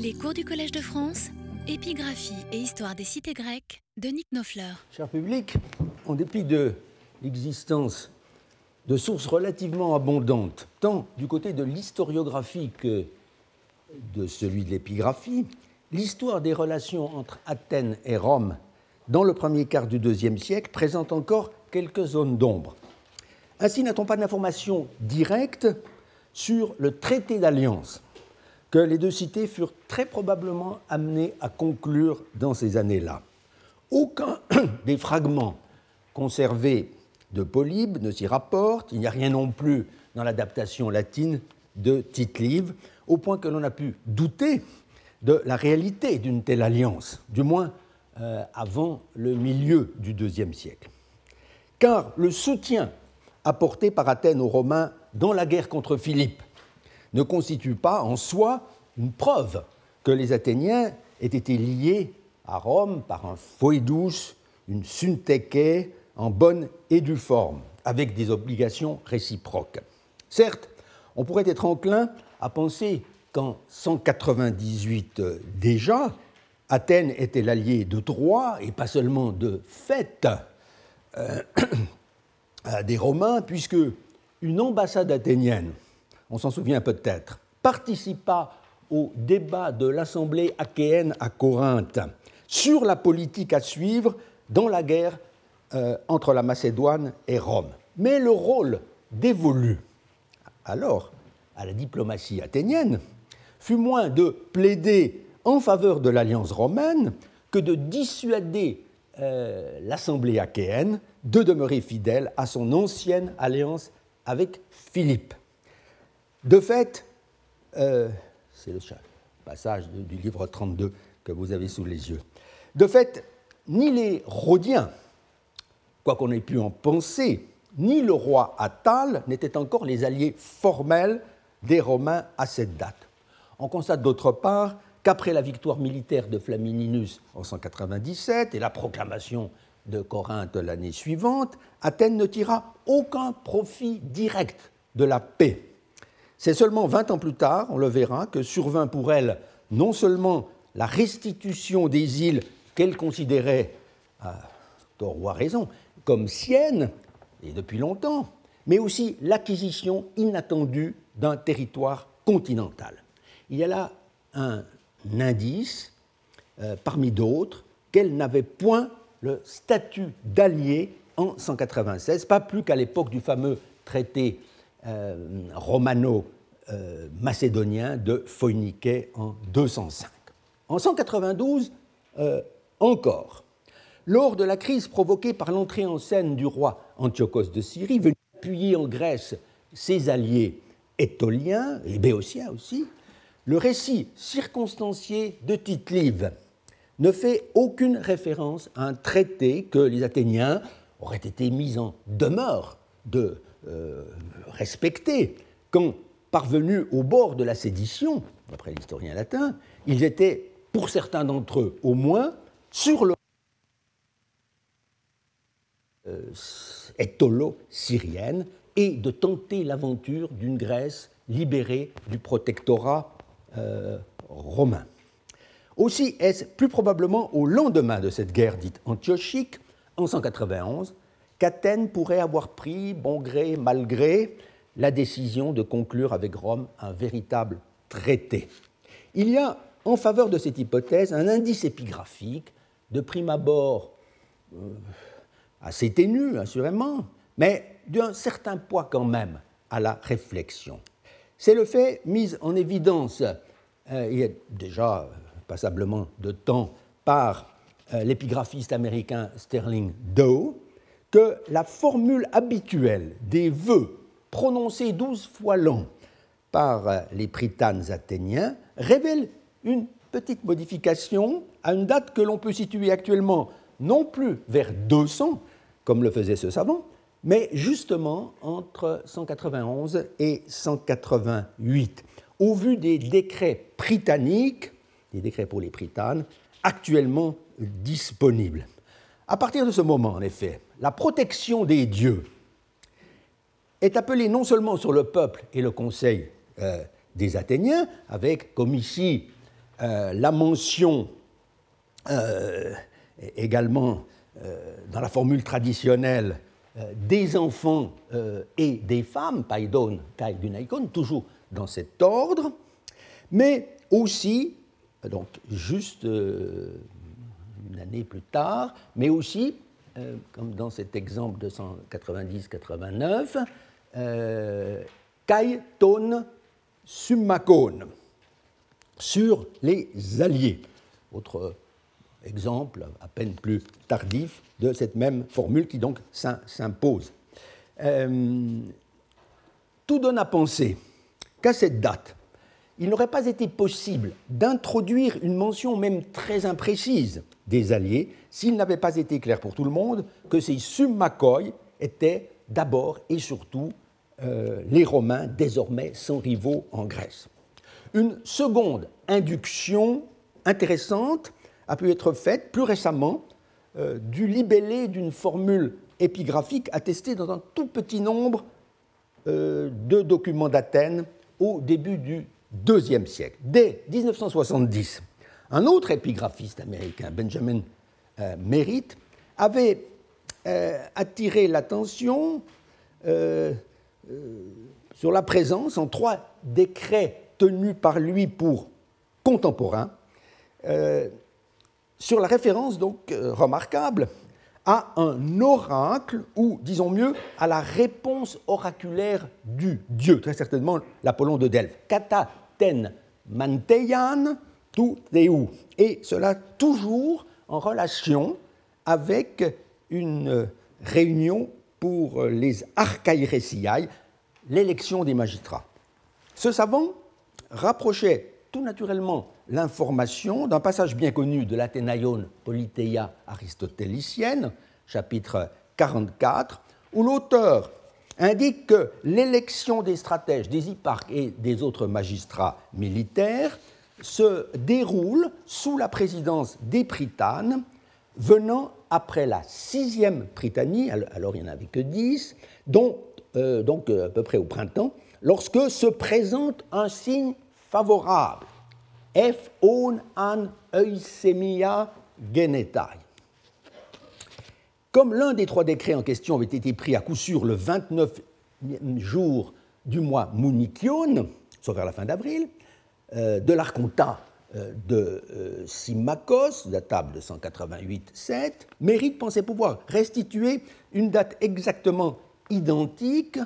Les cours du Collège de France, épigraphie et histoire des cités grecques de Nick Knopfler. Cher public, en dépit de l'existence de sources relativement abondantes, tant du côté de l'historiographie que de celui de l'épigraphie, l'histoire des relations entre Athènes et Rome dans le premier quart du IIe siècle présente encore quelques zones d'ombre. Ainsi n'a-t-on pas d'informations directes sur le traité d'alliance que les deux cités furent très probablement amenées à conclure dans ces années-là. Aucun des fragments conservés de Polybe ne s'y rapporte, il n'y a rien non plus dans l'adaptation latine de Tite-Live, au point que l'on a pu douter de la réalité d'une telle alliance, du moins avant le milieu du IIe siècle. Car le soutien apporté par Athènes aux Romains dans la guerre contre Philippe ne constitue pas en soi une preuve que les Athéniens aient été liés à Rome par un foedus, une syntheke en bonne et due forme, avec des obligations réciproques. Certes, on pourrait être enclin à penser qu'en 198 déjà, Athènes était l'allié de droit, et pas seulement de fait, des Romains, puisque une ambassade athénienne, on s'en souvient peut-être, participa au débat de l'Assemblée achéenne à Corinthe sur la politique à suivre dans la guerre entre la Macédoine et Rome. Mais le rôle dévolu alors à la diplomatie athénienne fut moins de plaider en faveur de l'alliance romaine que de dissuader l'Assemblée achéenne de demeurer fidèle à son ancienne alliance avec Philippe. De fait, c'est le passage du livre 32 que vous avez sous les yeux. De fait, ni les Rhodiens, quoi qu'on ait pu en penser, ni le roi Attale n'étaient encore les alliés formels des Romains à cette date. On constate d'autre part qu'après la victoire militaire de Flamininus en 197 et la proclamation de Corinthe l'année suivante, Athènes ne tira aucun profit direct de la paix. C'est seulement 20 ans plus tard, on le verra, que survint pour elle non seulement la restitution des îles qu'elle considérait, à tort ou à raison, comme siennes, et depuis longtemps, mais aussi l'acquisition inattendue d'un territoire continental. Il y a là un indice, parmi d'autres, qu'elle n'avait point le statut d'allié en 196, pas plus qu'à l'époque du fameux traité romano-macédonien de Phoïniké en 205. En 192, encore, lors de la crise provoquée par l'entrée en scène du roi Antiochos de Syrie, venu appuyer en Grèce ses alliés étoliens et béotiens aussi, le récit circonstancié de Tite-Live ne fait aucune référence à un traité que les Athéniens auraient été mis en demeure de respecter quand, parvenus au bord de la sédition, d'après l'historien latin, ils étaient, pour certains d'entre eux au moins, sur le étolo-syrienne et de tenter l'aventure d'une Grèce libérée du protectorat romain. Aussi est-ce plus probablement au lendemain de cette guerre dite antiochique, en 191, qu'Athènes pourrait avoir pris, bon gré, mal gré, la décision de conclure avec Rome un véritable traité. Il y a, en faveur de cette hypothèse, un indice épigraphique, de prime abord assez ténu, assurément, mais d'un certain poids quand même à la réflexion. C'est le fait mis en évidence, il y a déjà passablement de temps, par l'épigraphiste américain Sterling Dow, que la formule habituelle des vœux prononcés 12 fois l'an par les pritanes athéniens révèle une petite modification à une date que l'on peut situer actuellement non plus vers 200, comme le faisait ce savant, mais justement entre 191 et 188, au vu des décrets prytaniques, des décrets pour les pritanes, actuellement disponibles. À partir de ce moment, en effet, la protection des dieux est appelée non seulement sur le peuple et le conseil des Athéniens, avec, comme ici, la mention également dans la formule traditionnelle des enfants et des femmes, paidon, kai gunaikon, toujours dans cet ordre, mais aussi, donc juste une année plus tard, mais aussi, comme dans cet exemple de 190-89, kai ton summakon, sur les alliés. Autre exemple, à peine plus tardif, de cette même formule qui donc s'impose. Tout donne à penser qu'à cette date, il n'aurait pas été possible d'introduire une mention même très imprécise des alliés s'il n'avait pas été clair pour tout le monde que ces summakoi étaient d'abord et surtout les Romains désormais sans rivaux en Grèce. Une seconde induction intéressante a pu être faite plus récemment du libellé d'une formule épigraphique attestée dans un tout petit nombre de documents d'Athènes au début du IIe siècle. Dès 1970, un autre épigraphiste américain, Benjamin Merritt, avait attiré l'attention sur la présence en 3 décrets tenus par lui pour contemporains, sur la référence donc remarquable à un oracle, ou disons mieux, à la réponse oraculaire du dieu, très certainement l'Apollon de Delphes, kata ten manteian tu theu, et cela toujours en relation avec une réunion pour les archaïresiai, l'élection des magistrats. Ce savant rapprochait tout naturellement l'information d'un passage bien connu de l'Athénaïon Politeia aristotélicienne, chapitre 44, où l'auteur indique que l'élection des stratèges, des hipparques et des autres magistrats militaires se déroule sous la présidence des Prytanes, venant après la 6e Prytanie, alors il n'y en avait que 10, donc à peu près au printemps, lorsque se présente un signe favorable. F-on an eusemia genetai. Comme l'un des 3 décrets en question avait été pris à coup sûr le 29e jour du mois Munikion, soit vers la fin d'avril, de l'archontat de Symmachos, datable de 188-7, Merritt pensait pouvoir restituer une date exactement identique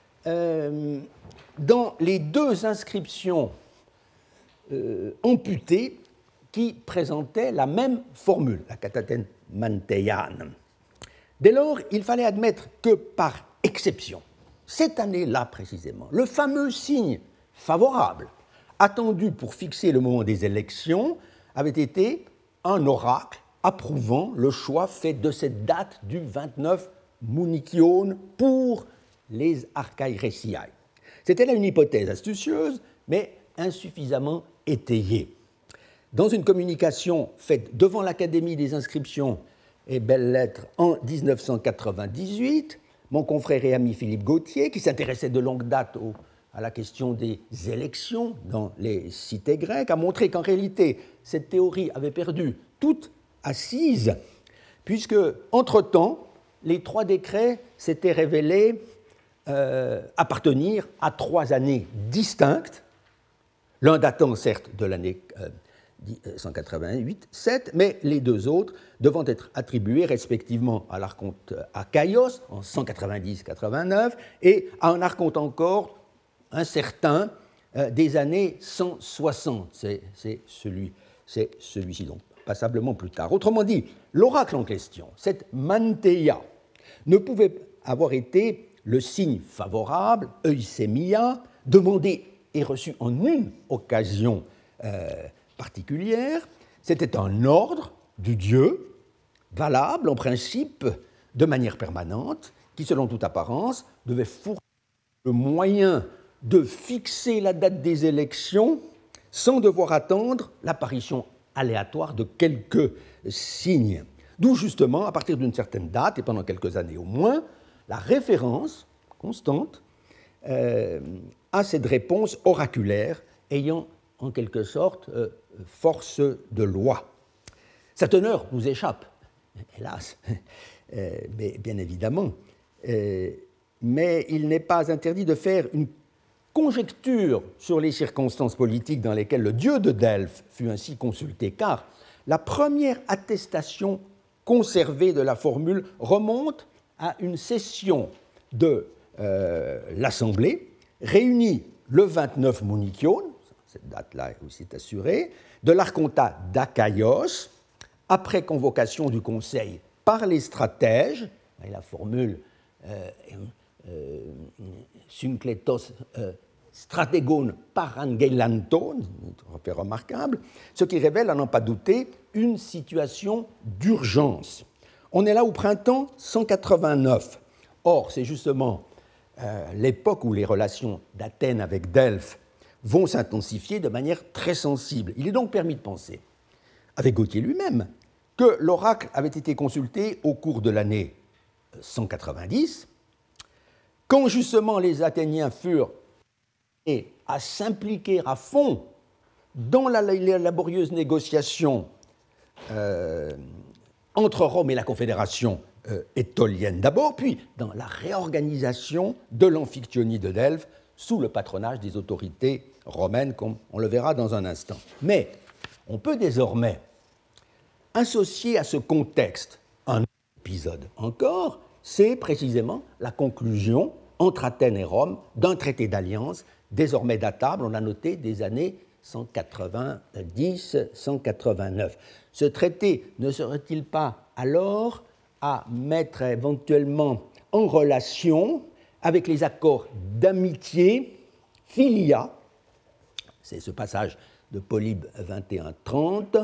dans les 2 inscriptions amputées qui présentaient la même formule, la kataten manteian. Dès lors, il fallait admettre que, par exception, cette année-là précisément, le fameux signe favorable attendu pour fixer le moment des élections avait été un oracle approuvant le choix fait de cette date du 29 Munikion pour les archaïresiai. C'était là une hypothèse astucieuse, mais insuffisamment étayée. Dans une communication faite devant l'Académie des inscriptions et belles-lettres en 1998, mon confrère et ami Philippe Gauthier, qui s'intéressait de longue date à la question des élections dans les cités grecques, a montré qu'en réalité, cette théorie avait perdu toute assise, puisque, entre-temps, les 3 décrets s'étaient révélés appartenir à 3 années distinctes, l'un datant certes de l'année 188-7, mais les 2 autres devant être attribués respectivement à l'archonte Achaïos en 190-89 et à un archonte encore incertain des années 160. C'est celui-ci, donc passablement plus tard. Autrement dit, l'oracle en question, cette manteia, ne pouvait avoir été le signe favorable, eusemia, demandé et reçu en une occasion particulière. C'était un ordre du Dieu, valable en principe de manière permanente, qui, selon toute apparence, devait fournir le moyen de fixer la date des élections sans devoir attendre l'apparition aléatoire de quelques signes. D'où justement, à partir d'une certaine date, et pendant quelques années au moins, la référence constante à cette réponse oraculaire ayant en quelque sorte force de loi. Sa teneur nous échappe, hélas, mais bien évidemment, mais il n'est pas interdit de faire une conjecture sur les circonstances politiques dans lesquelles le dieu de Delphes fut ainsi consulté, car la première attestation conservée de la formule remonte à une session de l'Assemblée, réunie le 29 Munichion, cette date-là aussi est assurée, de l'archontat d'Achaïos, après convocation du conseil par les stratèges, et la formule Synkletos stratégon parangeilanton, fait remarquable, ce qui révèle, à n'en pas douter, une situation d'urgence. On est là au printemps 189. Or, c'est justement l'époque où les relations d'Athènes avec Delphes vont s'intensifier de manière très sensible. Il est donc permis de penser, avec Gautier lui-même, que l'oracle avait été consulté au cours de l'année 190, quand justement les Athéniens furent à s'impliquer à fond dans la laborieuse négociation entre Rome et la Confédération étolienne d'abord, puis dans la réorganisation de l'Amphictyonie de Delphes sous le patronage des autorités romaines, comme on le verra dans un instant. Mais on peut désormais associer à ce contexte un épisode encore, c'est précisément la conclusion entre Athènes et Rome d'un traité d'alliance désormais datable, on a noté des années 190-189. Ce traité ne serait-il pas alors à mettre éventuellement en relation avec les accords d'amitié, filia, c'est ce passage de Polybe 21-30,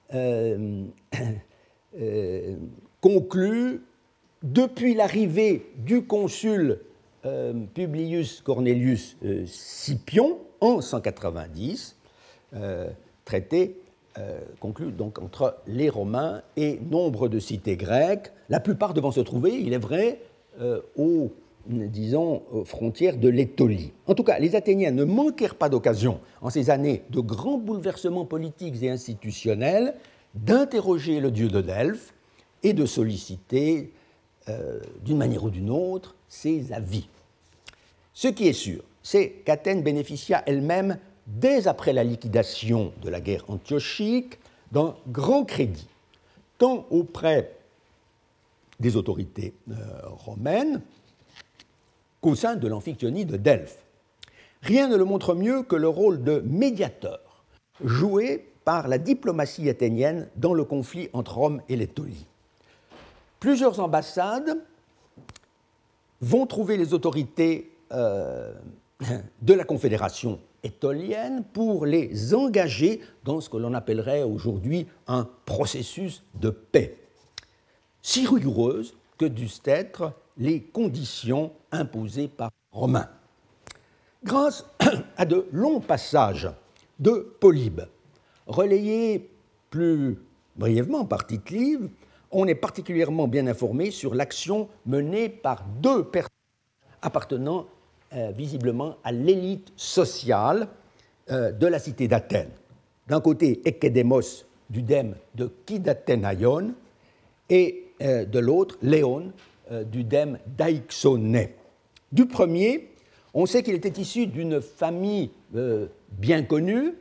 conclu depuis l'arrivée du consul Publius Cornelius Scipion en 190, traité conclu donc entre les Romains et nombre de cités grecques, la plupart devant se trouver, il est vrai, aux frontières de l'Étolie. En tout cas, les Athéniens ne manquèrent pas d'occasion, en ces années de grands bouleversements politiques et institutionnels, d'interroger le dieu de Delphes et de solliciter, d'une manière ou d'une autre, ses avis. Ce qui est sûr, c'est qu'Athènes bénéficia elle-même, dès après la liquidation de la guerre antiochique, d'un grand crédit, tant auprès des autorités romaines qu'au sein de l'Amphictyonie de Delphes. Rien ne le montre mieux que le rôle de médiateur joué par la diplomatie athénienne dans le conflit entre Rome et l'Étolie. Plusieurs ambassades vont trouver les autorités de la Confédération étolienne pour les engager dans ce que l'on appellerait aujourd'hui un processus de paix, si rigoureuse que dussent être les conditions imposées par les Romains. Grâce à de longs passages de Polybe, relayés plus brièvement par Tite-Live, on est particulièrement bien informé sur l'action menée par deux personnes appartenant visiblement à l'élite sociale de la cité d'Athènes. D'un côté, Ekédémos du dème de Kydathénaïon et de l'autre, Léon du dème d'Aïxoné. Du premier, on sait qu'il était issu d'une famille bien connue,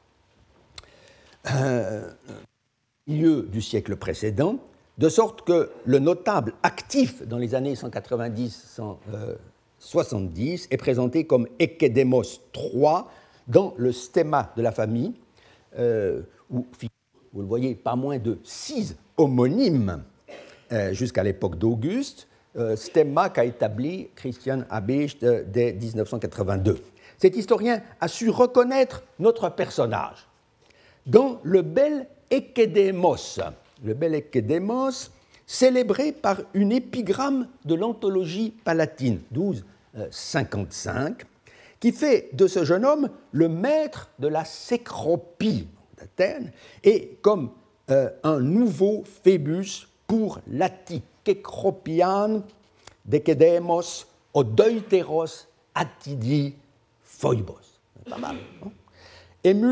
milieu du siècle précédent, de sorte que le notable actif dans les années 190-170 est présenté comme Ekédémos III dans le stemma de la famille, où, vous le voyez, pas moins de 6 homonymes jusqu'à l'époque d'Auguste, stemma qu'a établi Christian Habicht dès 1982. Cet historien a su reconnaître notre personnage dans le bel Ekédémos. Le bel Ekédémos, célébré par une épigramme de l'anthologie palatine, 1255, qui fait de ce jeune homme le maître de la sécropie d'Athènes et comme un nouveau Phébus pour l'Attikekropian d'Ekédémos Odoïteros Attidi Phoibos. Pas mal, non ? Émule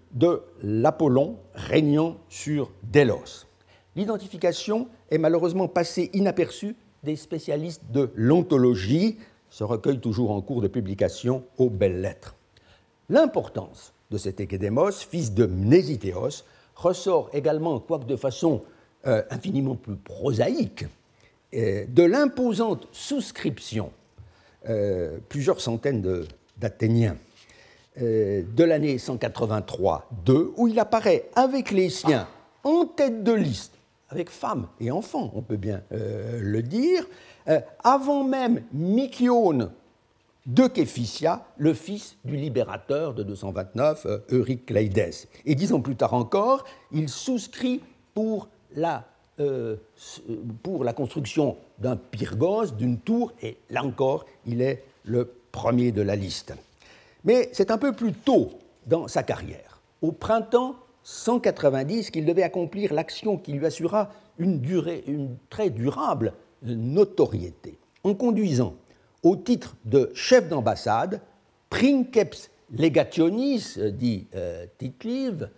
de l'Apollon régnant sur Délos. L'identification est malheureusement passée inaperçue des spécialistes de l'ontologie, ce recueil toujours en cours de publication aux Belles Lettres. L'importance de cet Ékédémos, fils de Mnésithéos, ressort également, quoique de façon infiniment plus prosaïque, de l'imposante souscription, plusieurs centaines d'Athéniens, de l'année 183-2, où il apparaît avec les siens en tête de liste, avec femmes et enfants, on peut bien le dire, avant même Mykione de Képhysia, le fils du libérateur de 229, Eurycleides. Et 10 ans plus tard encore, il souscrit pour la construction d'un pyrgos, d'une tour, et là encore, il est le premier de la liste. Mais c'est un peu plus tôt dans sa carrière, au printemps 190, qu'il devait accomplir l'action qui lui assura une très durable notoriété, en conduisant au titre de chef d'ambassade princeps legationis, dit Tite-Live,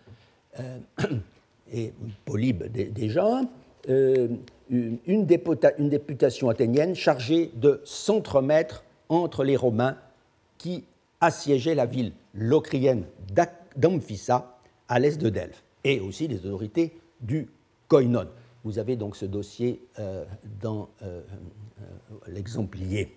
et Polybe déjà, une députation athénienne chargée de s'entremettre entre les Romains qui assiégeaient la ville locrienne d'Amphissa à l'est de Delphes, et aussi les autorités du Koinon. Vous avez donc ce dossier dans l'exemplier.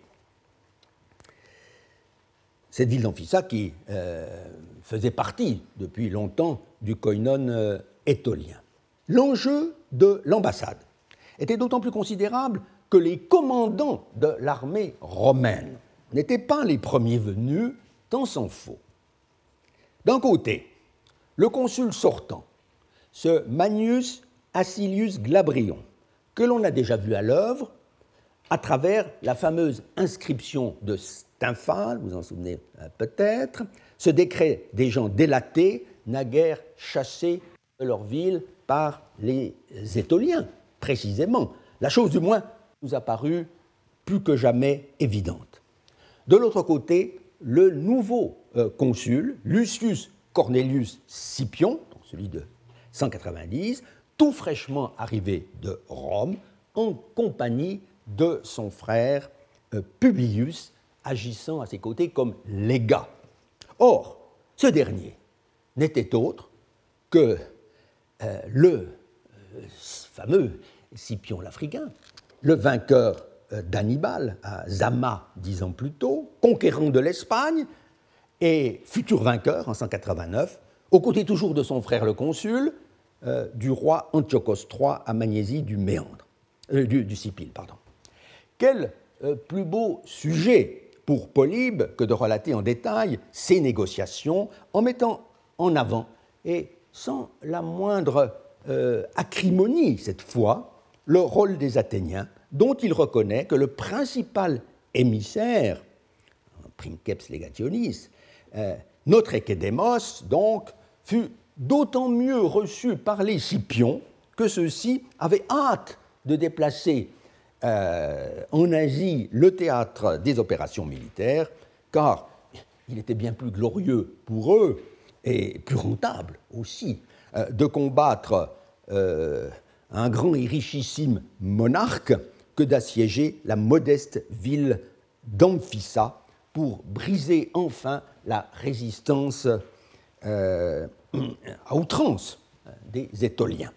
Cette ville d'Amphissa qui faisait partie depuis longtemps du Koinon étolien. L'enjeu de l'ambassade était d'autant plus considérable que les commandants de l'armée romaine n'étaient pas les premiers venus, tant s'en faut. D'un côté, le consul sortant, ce Manius Acilius Glabrion, que l'on a déjà vu à l'œuvre à travers la fameuse inscription de Stymphale, vous en souvenez peut-être, ce décret des gens délatés, naguère chassés de leur ville par les Étoliens, précisément. La chose, du moins, nous a paru plus que jamais évidente. De l'autre côté, le nouveau consul, Lucius Cornelius Scipion, celui de 190, tout fraîchement arrivé de Rome, en compagnie de son frère Publius, agissant à ses côtés comme légat. Or, ce dernier n'était autre que le fameux Scipion l'Africain, le vainqueur d'Hannibal à Zama 10 ans plus tôt, conquérant de l'Espagne et futur vainqueur en 189, aux côtés toujours de son frère le consul, du roi Antiochos III à Magnésie du Sicile. Quel plus beau sujet pour Polybe que de relater en détail ces négociations en mettant en avant, et sans la moindre acrimonie cette fois, le rôle des Athéniens, dont il reconnaît que le principal émissaire, princeps legationis, notre Ékédémos, donc, fut d'autant mieux reçu par les Scipions que ceux-ci avaient hâte de déplacer en Asie le théâtre des opérations militaires, car il était bien plus glorieux pour eux, et plus rentable aussi, de combattre un grand et richissime monarque que d'assiéger la modeste ville d'Amphissa pour briser enfin la résistance à outrance des Étoliens.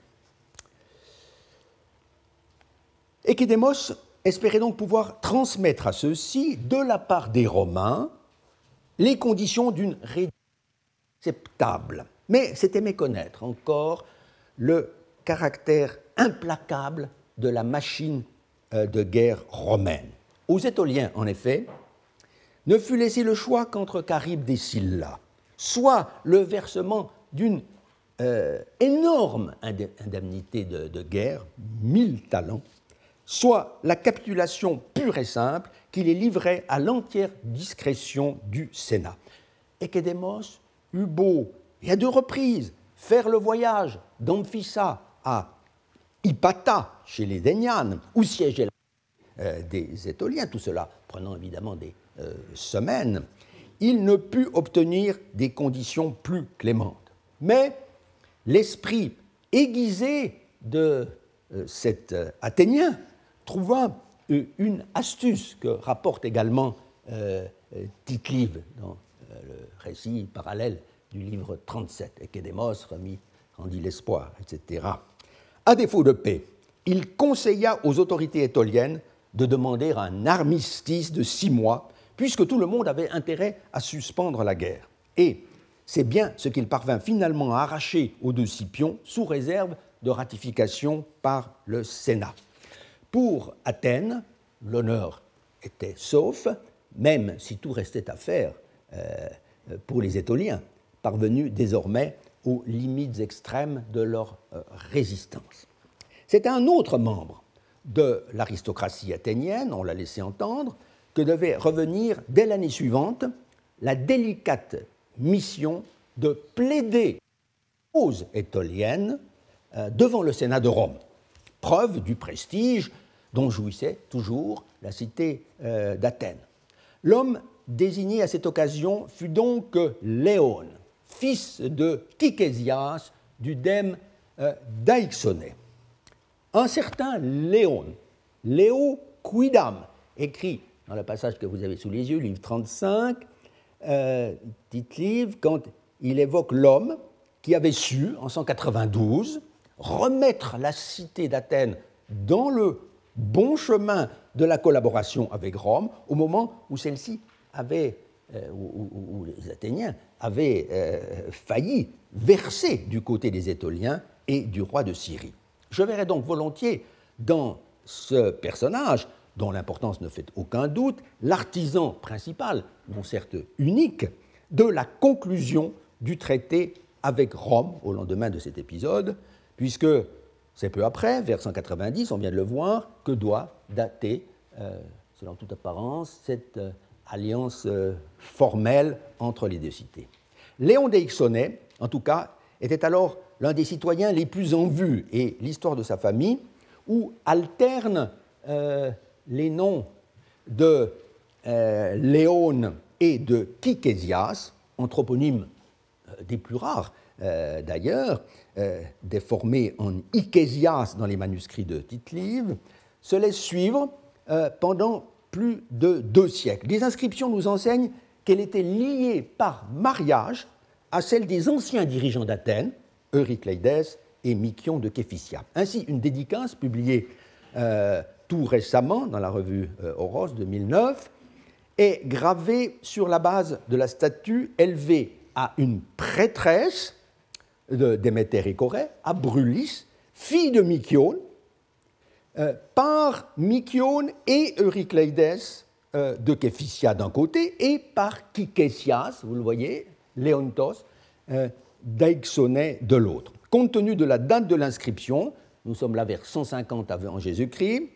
Ékédémos espérait donc pouvoir transmettre à ceux-ci, de la part des Romains, les conditions d'une réduction acceptable. Mais c'était méconnaître encore le caractère implacable de la machine de guerre romaine. Aux Étoliens, en effet, ne fut laissé le choix qu'entre Charybde et Scylla, soit le versement d'une énorme indemnité de guerre, 1000 talents, soit la capitulation pure et simple qui les livrait à l'entière discrétion du Sénat. Ékédémos eut beau, et à 2 reprises, faire le voyage d'Amphissa à Hypata, chez les Dénianes, où siégeait des Étoliens, tout cela prenant évidemment des semaines, il ne put obtenir des conditions plus clémentes. Mais l'esprit aiguisé de cet Athénien trouva une astuce que rapporte également Tite-Live dans le récit parallèle du livre 37, Échédémos rendit l'espoir, etc. À défaut de paix, il conseilla aux autorités étoliennes de demander un armistice de 6 mois, puisque tout le monde avait intérêt à suspendre la guerre. Et c'est bien ce qu'il parvint finalement à arracher aux deux Scipions, sous réserve de ratification par le Sénat. Pour Athènes, l'honneur était sauf, même si tout restait à faire pour les Étoliens, parvenus désormais aux limites extrêmes de leur résistance. C'est un autre membre de l'aristocratie athénienne, on l'a laissé entendre, que devait revenir dès l'année suivante la délicate mission de plaider aux Étoliennes devant le Sénat de Rome, preuve du prestige dont jouissait toujours la cité d'Athènes. L'homme désigné à cette occasion fut donc Léon, fils de Kykesias du dème d'Aïxonée. Un certain Léon, Léo Quidam, écrit dans le passage que vous avez sous les yeux, livre 35, Tite-Live, quand il évoque l'homme qui avait su, en 192, remettre la cité d'Athènes dans le bon chemin de la collaboration avec Rome, au moment où celle-ci avait, où les Athéniens avaient failli verser du côté des Étoliens et du roi de Syrie. Je verrai donc volontiers dans ce personnage, dont l'importance ne fait aucun doute, l'artisan principal, non certes unique, de la conclusion du traité avec Rome au lendemain de cet épisode, puisque c'est peu après, vers 190, on vient de le voir, que doit dater, selon toute apparence, cette alliance formelle entre les deux cités. Léon d'Aixonais, en tout cas, était alors l'un des citoyens les plus en vue, et l'histoire de sa famille, où alternent les noms de Léon et de Kykesias, anthroponymes des plus rares d'ailleurs, déformés en Ichésias dans les manuscrits de Tite-Live, se laisse suivre pendant plus de 2 siècles. Les inscriptions nous enseignent qu'elle était liée par mariage à celle des anciens dirigeants d'Athènes, Eurycleides et Mikion de Képhysia. Ainsi, une dédicace publiée tout récemment dans la revue Horos 2009 est gravée sur la base de la statue élevée à une prêtresse de Déméter et Corée, à Brulis, fille de Mikion, par Mikion et Eurycleides de Képhysia d'un côté et par Kykesias, vous le voyez, Léontos, d'Aixonais de l'autre. Compte tenu de la date de l'inscription, nous sommes là vers 150 avant Jésus-Christ,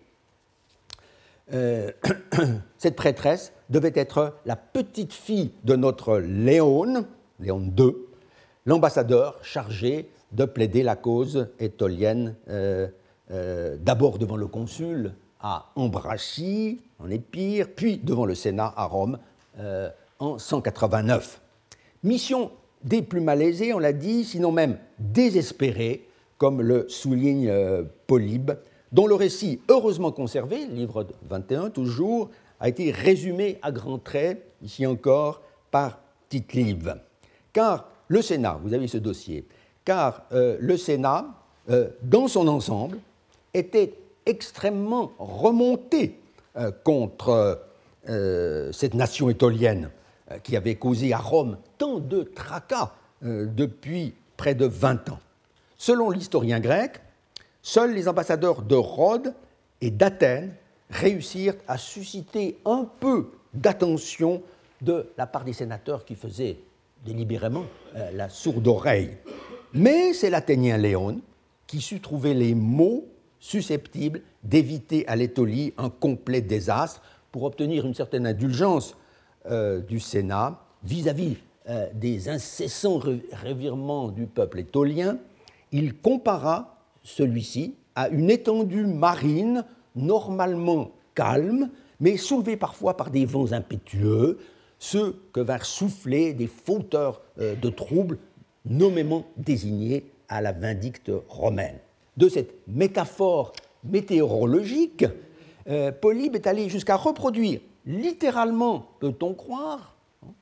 cette prêtresse devait être la petite fille de notre Léon II, l'ambassadeur chargé de plaider la cause étolienne, d'abord devant le consul à Ambracie, en Épire, puis devant le Sénat à Rome en 189. Mission des plus malaisés, on l'a dit, sinon même désespérés, comme le souligne Polybe, dont le récit, heureusement conservé, livre 21 toujours, a été résumé à grands traits, ici encore, par Tite-Live. Car le Sénat, vous avez ce dossier, car le Sénat, dans son ensemble, était extrêmement remonté contre cette nation étolienne qui avait causé à Rome tant de tracas depuis près de 20 ans. Selon l'historien grec, seuls les ambassadeurs de Rhodes et d'Athènes réussirent à susciter un peu d'attention de la part des sénateurs qui faisaient délibérément la sourde oreille. Mais c'est l'Athénien Léon qui sut trouver les mots susceptibles d'éviter à l'Étolie un complet désastre pour obtenir une certaine indulgence du Sénat vis-à-vis des incessants revirements du peuple étolien. Il compara celui-ci à une étendue marine normalement calme, mais soulevée parfois par des vents impétueux, ceux que vinrent souffler des fauteurs de troubles nommément désignés à la vindicte romaine. De cette métaphore météorologique, Polybe est allé jusqu'à reproduire littéralement, peut-on croire,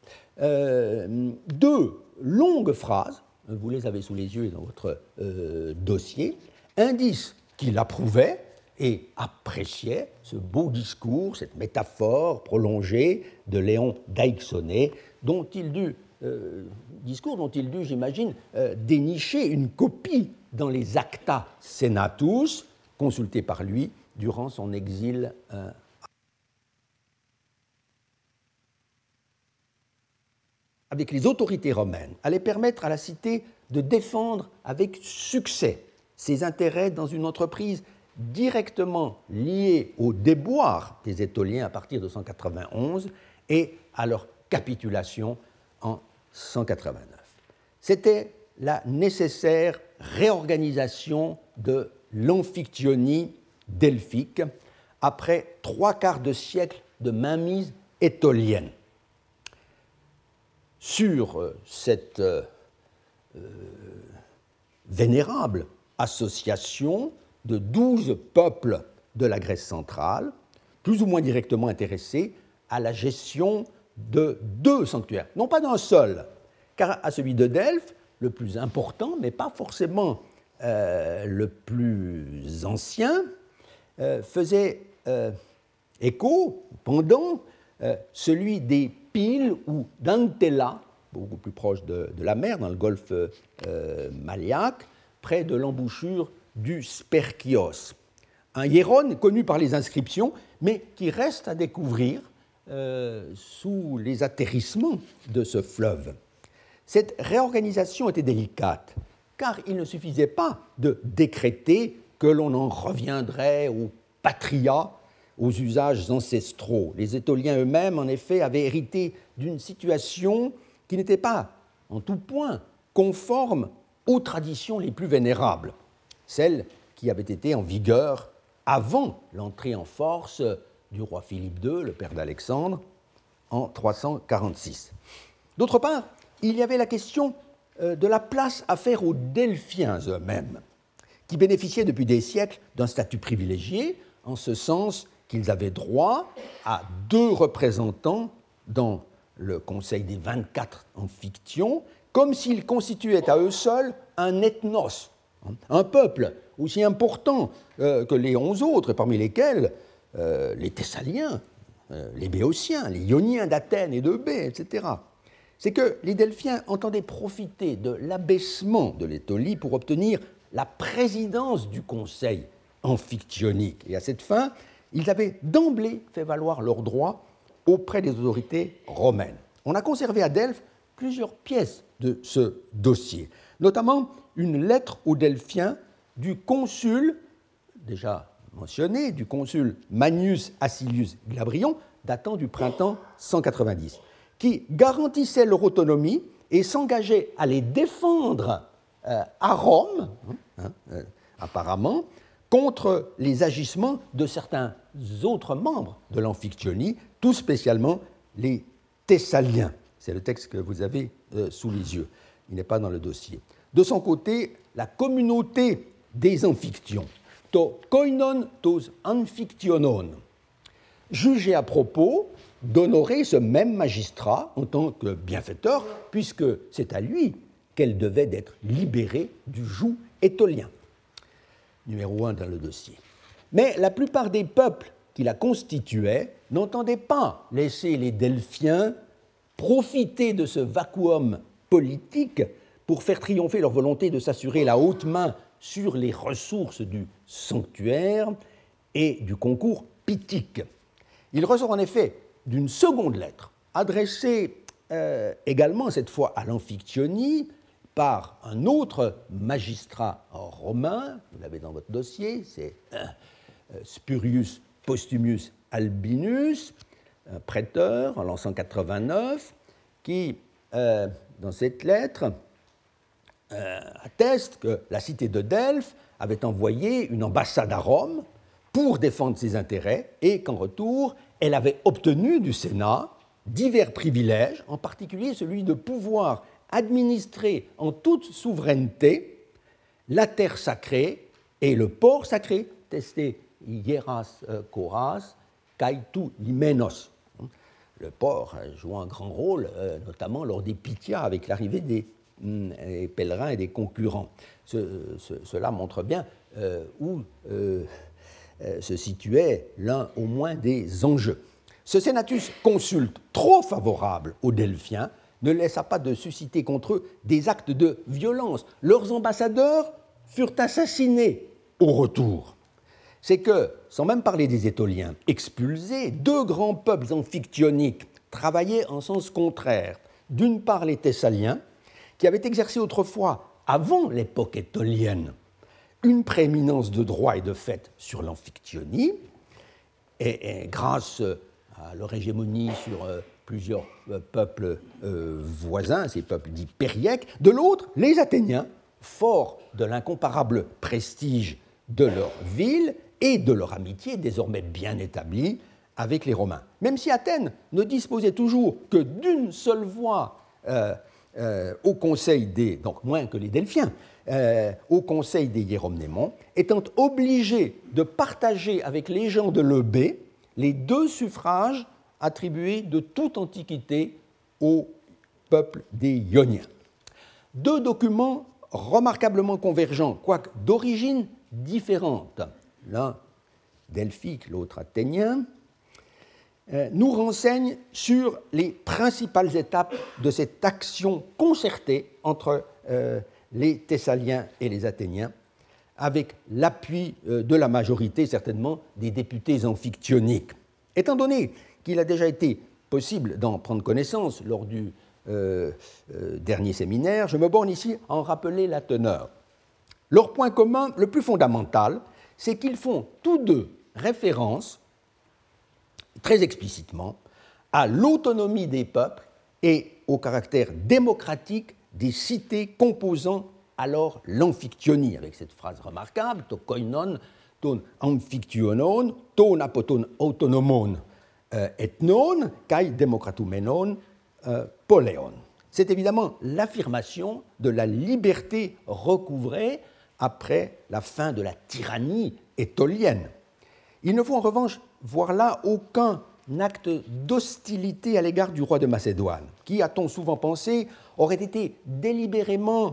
deux longues phrases, vous les avez sous les yeux dans votre dossier, indice qu'il approuvait et appréciait ce beau discours, cette métaphore prolongée de Léon d'Aixonnet, discours dont il dut, j'imagine, dénicher une copie dans les Acta Senatus, consultés par lui durant son exil avec les autorités romaines, allait permettre à la cité de défendre avec succès ses intérêts dans une entreprise directement liée au déboire des Étoliens à partir de 191 et à leur capitulation en 189. C'était la nécessaire réorganisation de l'amphictyonie delphique après 3/4 de siècle de mainmise étolienne. Sur cette vénérable association de 12 peuples de la Grèce centrale, plus ou moins directement intéressés à la gestion de 2 sanctuaires, non pas d'un seul, car à celui de Delphes, le plus important, mais pas forcément le plus ancien, faisait écho, pendant, celui des Pyles ou d'Antella, beaucoup plus proche de la mer, dans le golfe Maliaque, près de l'embouchure du Sperchios. Un hiéron connu par les inscriptions, mais qui reste à découvrir sous les atterrissements de ce fleuve. Cette réorganisation était délicate, car il ne suffisait pas de décréter que l'on en reviendrait au patria, aux usages ancestraux. Les Étoliens eux-mêmes, en effet, avaient hérité d'une situation qui n'était pas, en tout point, conforme aux traditions les plus vénérables, celles qui avaient été en vigueur avant l'entrée en force du roi Philippe II, le père d'Alexandre, en 346. D'autre part, il y avait la question de la place à faire aux Delphiens eux-mêmes, qui bénéficiaient depuis des siècles d'un statut privilégié, en ce sens qu'ils avaient droit à 2 représentants dans le Conseil des 24 amphictyons, comme s'ils constituaient à eux seuls un ethnos, un peuple aussi important que les 11 autres, parmi lesquels les Thessaliens, les Béotiens, les Ioniens d'Athènes et de Bé, etc. C'est que les Delphiens entendaient profiter de l'abaissement de l'Étolie pour obtenir la présidence du Conseil amphictyonique. Et à cette fin, ils avaient d'emblée fait valoir leurs droits auprès des autorités romaines. On a conservé à Delphes plusieurs pièces de ce dossier, notamment une lettre aux Delphiens du consul, déjà mentionné, du consul Manius Acilius Glabrion, datant du printemps 190, qui garantissait leur autonomie et s'engageait à les défendre à Rome, apparemment, contre les agissements de certains autres membres de l'amphictyonie, tout spécialement les Thessaliens. C'est le texte que vous avez sous les yeux. Il n'est pas dans le dossier. De son côté, la communauté des amphictyons, to koinon tos amphictyonon, jugeait à propos d'honorer ce même magistrat en tant que bienfaiteur, puisque c'est à lui qu'elle devait d'être libérée du joug étolien. Numéro 1 dans le dossier. Mais la plupart des peuples qui la constituaient n'entendaient pas laisser les Delphiens profiter de ce vacuum politique pour faire triompher leur volonté de s'assurer la haute main sur les ressources du sanctuaire et du concours pythique. Il ressort en effet d'une seconde lettre, adressée également cette fois à l'amphictyonie, par un autre magistrat romain, vous l'avez dans votre dossier, c'est Spurius Postumius Albinus, un prêteur en l'an 189, qui, dans cette lettre, atteste que la cité de Delphes avait envoyé une ambassade à Rome pour défendre ses intérêts et qu'en retour, elle avait obtenu du Sénat divers privilèges, en particulier celui de pouvoir administrer en toute souveraineté la terre sacrée et le port sacré, testé hieras koras, kaitu limenos. Le port joue un grand rôle, notamment lors des Pythias, avec l'arrivée des pèlerins et des concurrents. Cela montre bien où se situait l'un au moins des enjeux. Ce senatus consulte trop favorable aux Delphiens ne laissa pas de susciter contre eux des actes de violence. Leurs ambassadeurs furent assassinés au retour. C'est que, sans même parler des Étoliens, expulsés, deux grands peuples amphictyoniques travaillaient en sens contraire. D'une part, les Thessaliens, qui avaient exercé autrefois, avant l'époque étolienne, une prééminence de droit et de fait sur l'Amphictyonie, et grâce à leur hégémonie sur plusieurs peuples voisins, ces peuples dits périèques. De l'autre, les Athéniens, forts de l'incomparable prestige de leur ville et de leur amitié désormais bien établie avec les Romains. Même si Athènes ne disposait toujours que d'une seule voix au conseil des, donc moins que les Delphiens, au conseil des Hieromnémons, étant obligé de partager avec les gens de l'Eubée les deux suffrages attribués de toute antiquité au peuple des Ioniens. Deux documents remarquablement convergents, quoique d'origine différente, l'un delphique, l'autre athénien, nous renseignent sur les principales étapes de cette action concertée entre les Thessaliens et les Athéniens, avec l'appui de la majorité, certainement, des députés amphictyoniques. Étant donné qu'il a déjà été possible d'en prendre connaissance lors du dernier séminaire, je me borne ici à en rappeler la teneur. Leur point commun le plus fondamental, c'est qu'ils font tous deux référence, très explicitement, à l'autonomie des peuples et au caractère démocratique des cités composant alors l'amphictyonie, avec cette phrase remarquable, to koinon, ton amphictyonon, ton apoton autonomon ethnon, kai democratoumenon poléon. C'est évidemment l'affirmation de la liberté recouvrée après la fin de la tyrannie étolienne. Il ne faut en revanche voir là aucun acte d'hostilité à l'égard du roi de Macédoine, qui, a-t-on souvent pensé, aurait été délibérément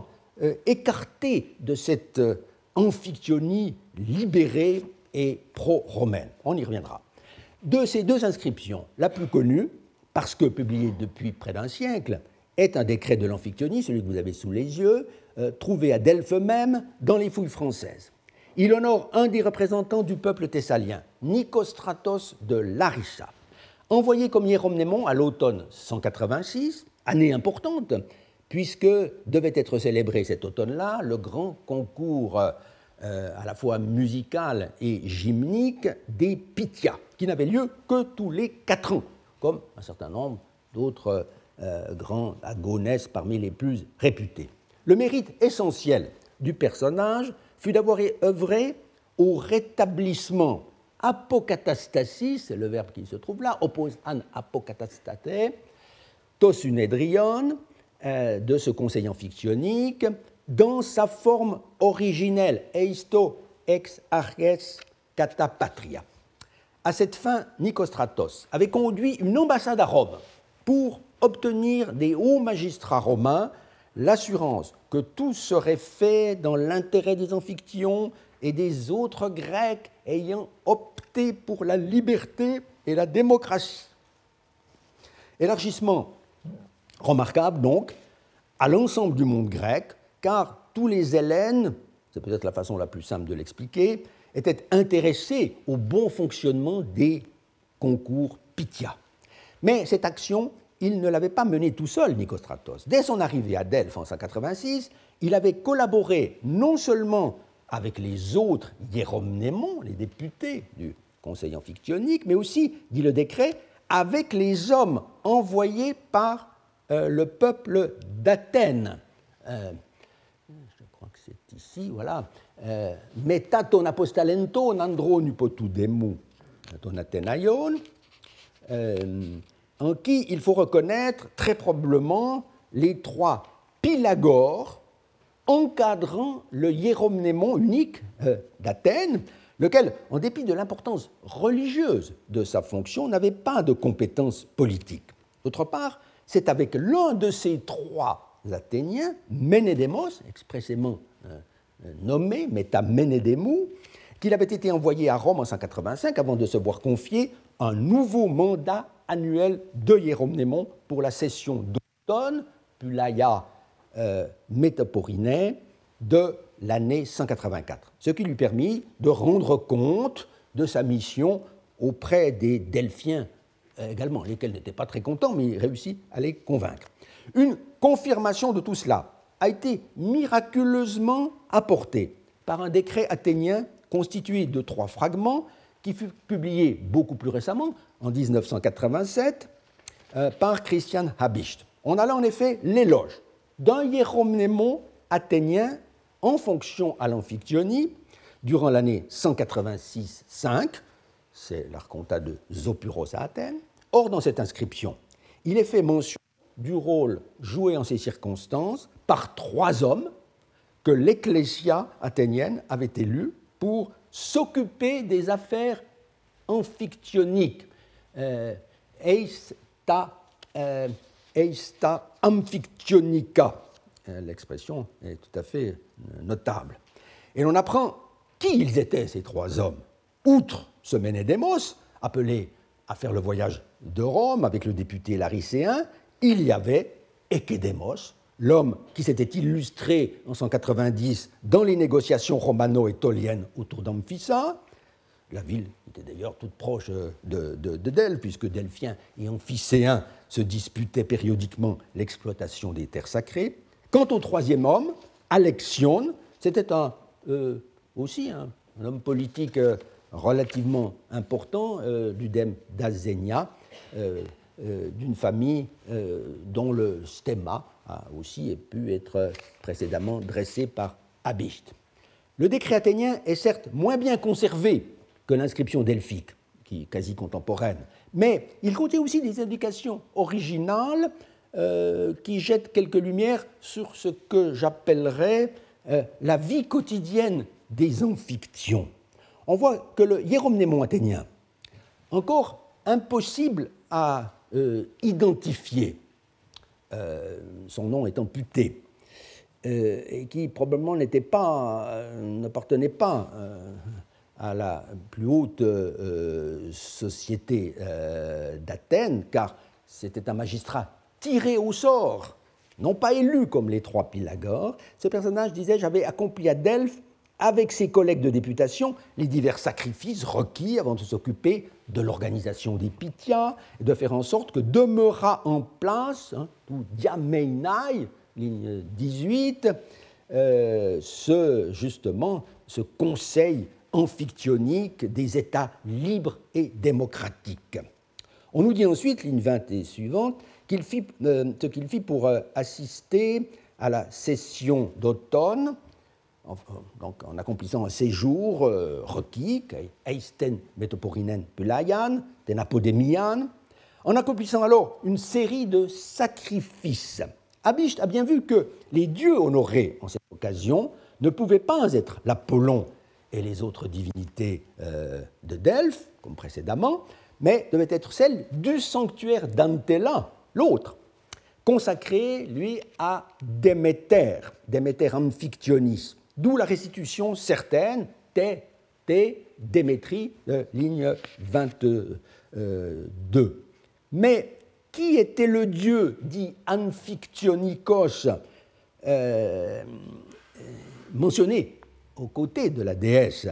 écarté de cette amphictyonie libérée et pro-romaine. On y reviendra. De ces deux inscriptions, la plus connue, parce que publiée depuis près d'un siècle, est un décret de l'amphictyonie, celui que vous avez sous les yeux, trouvé à Delphes même dans les fouilles françaises. Il honore un des représentants du peuple thessalien, Nicostratos de Larissa, envoyé comme Hieromnémon à l'automne 186, année importante, puisque devait être célébré cet automne-là le grand concours à la fois musical et gymnique des Pythias, qui n'avait lieu que tous les 4 ans, comme un certain nombre d'autres grands agonesses parmi les plus réputés. Le mérite essentiel du personnage fut d'avoir œuvré au rétablissement apokatastasis, c'est le verbe qui se trouve là, oppose an apokatastaté, tos unedrion, de ce conseil amphictyonique, dans sa forme originelle, eisto ex arches kata patria. À cette fin, Nicostratos avait conduit une ambassade à Rome pour obtenir des hauts magistrats romains l'assurance que tout serait fait dans l'intérêt des Amphictyons et des autres Grecs ayant opté pour la liberté et la démocratie. Élargissement remarquable, donc, à l'ensemble du monde grec, car tous les Hellènes, c'est peut-être la façon la plus simple de l'expliquer, étaient intéressés au bon fonctionnement des concours Pythia. Mais cette action, il ne l'avait pas menée tout seul, Nicostratos. Dès son arrivée à Delphes en 186, il avait collaboré non seulement avec les autres Hieromnémons, les députés du conseil amphictyonique, mais aussi, dit le décret, avec les hommes envoyés par le peuple d'Athènes. Je crois que c'est ici, voilà. Meta ton apostolento nandro nupotudemu ton Athénaïon, en qui il faut reconnaître très probablement les 3 Pylagore encadrant le hiéromnémon unique d'Athènes, lequel, en dépit de l'importance religieuse de sa fonction, n'avait pas de compétences politiques. D'autre part, c'est avec l'un de ces trois Athéniens, Ménédémos, expressément nommé Métaménédémou, qu'il avait été envoyé à Rome en 185 avant de se voir confier un nouveau mandat annuel de hiéromnémon pour la session d'automne, Pulaia Métaporinée, de l'année 184, ce qui lui permit de rendre compte de sa mission auprès des Delphiens également, lesquels n'étaient pas très contents, mais il réussit à les convaincre. Une confirmation de tout cela a été miraculeusement apportée par un décret athénien constitué de 3 fragments qui fut publié beaucoup plus récemment, en 1987, par Christian Habicht. On a là en effet l'éloge d'un hiéromnémon athénien en fonction à l'Amphictyonie durant l'année 186-5, c'est l'archontat de Zopyros à Athènes. Or, dans cette inscription, il est fait mention du rôle joué en ces circonstances par 3 hommes que l'ecclésia athénienne avait élus pour s'occuper des affaires amphictyoniques, eista amphictyonica. L'expression est tout à fait notable. Et l'on apprend qui ils étaient, ces 3 hommes. Outre ce Ménédémos, appelé à faire le voyage de Rome avec le député laricéen, il y avait Échédémos, l'homme qui s'était illustré en 190 dans les négociations romano-étoliennes autour d'Amphissa. La ville était d'ailleurs toute proche de Delphes, puisque Delphiens et Amphisséens se disputaient périodiquement l'exploitation des terres sacrées. Quant au 3e homme, Alexion, c'était aussi un homme politique relativement important du dème d'Azénia, d'une famille dont le stemma a aussi pu être précédemment dressé par Habicht. Le décret athénien est certes moins bien conservé que l'inscription delphique, qui est quasi contemporaine, mais il contait aussi des indications originales qui jettent quelques lumières sur ce que j'appellerais la vie quotidienne des amphictyons. On voit que le hiéromnémon athénien, encore impossible à identifier, son nom étant puté, et qui probablement n'appartenait pas à la plus haute société d'Athènes, car c'était un magistrat tiré au sort, non pas élu comme les 3 Pylagores. Ce personnage, disais-je, avait accompli à Delphes, avec ses collègues de députation, les divers sacrifices requis avant de s'occuper de l'organisation des Pythias et de faire en sorte que demeura en place, tout diameinai, ligne 18, ce conseil amphictyonique des États libres et démocratiques. On nous dit ensuite, ligne 20 et suivante, ce qu'il fit pour assister à la session d'automne, donc en accomplissant un séjour requis, eisten metoporinen pulaian, tenapodemian, en accomplissant alors une série de sacrifices. Habicht a bien vu que les dieux honorés en cette occasion ne pouvaient pas être l'Apollon et les autres divinités de Delphes, comme précédemment, mais devaient être celles du sanctuaire d'Antella, l'autre, consacré, lui, à Déméter, Déméter Amphictyonis, d'où la restitution certaine, Démétrie, ligne 22. Mais qui était le dieu dit Amphictyonikos, mentionné aux côtés de la déesse,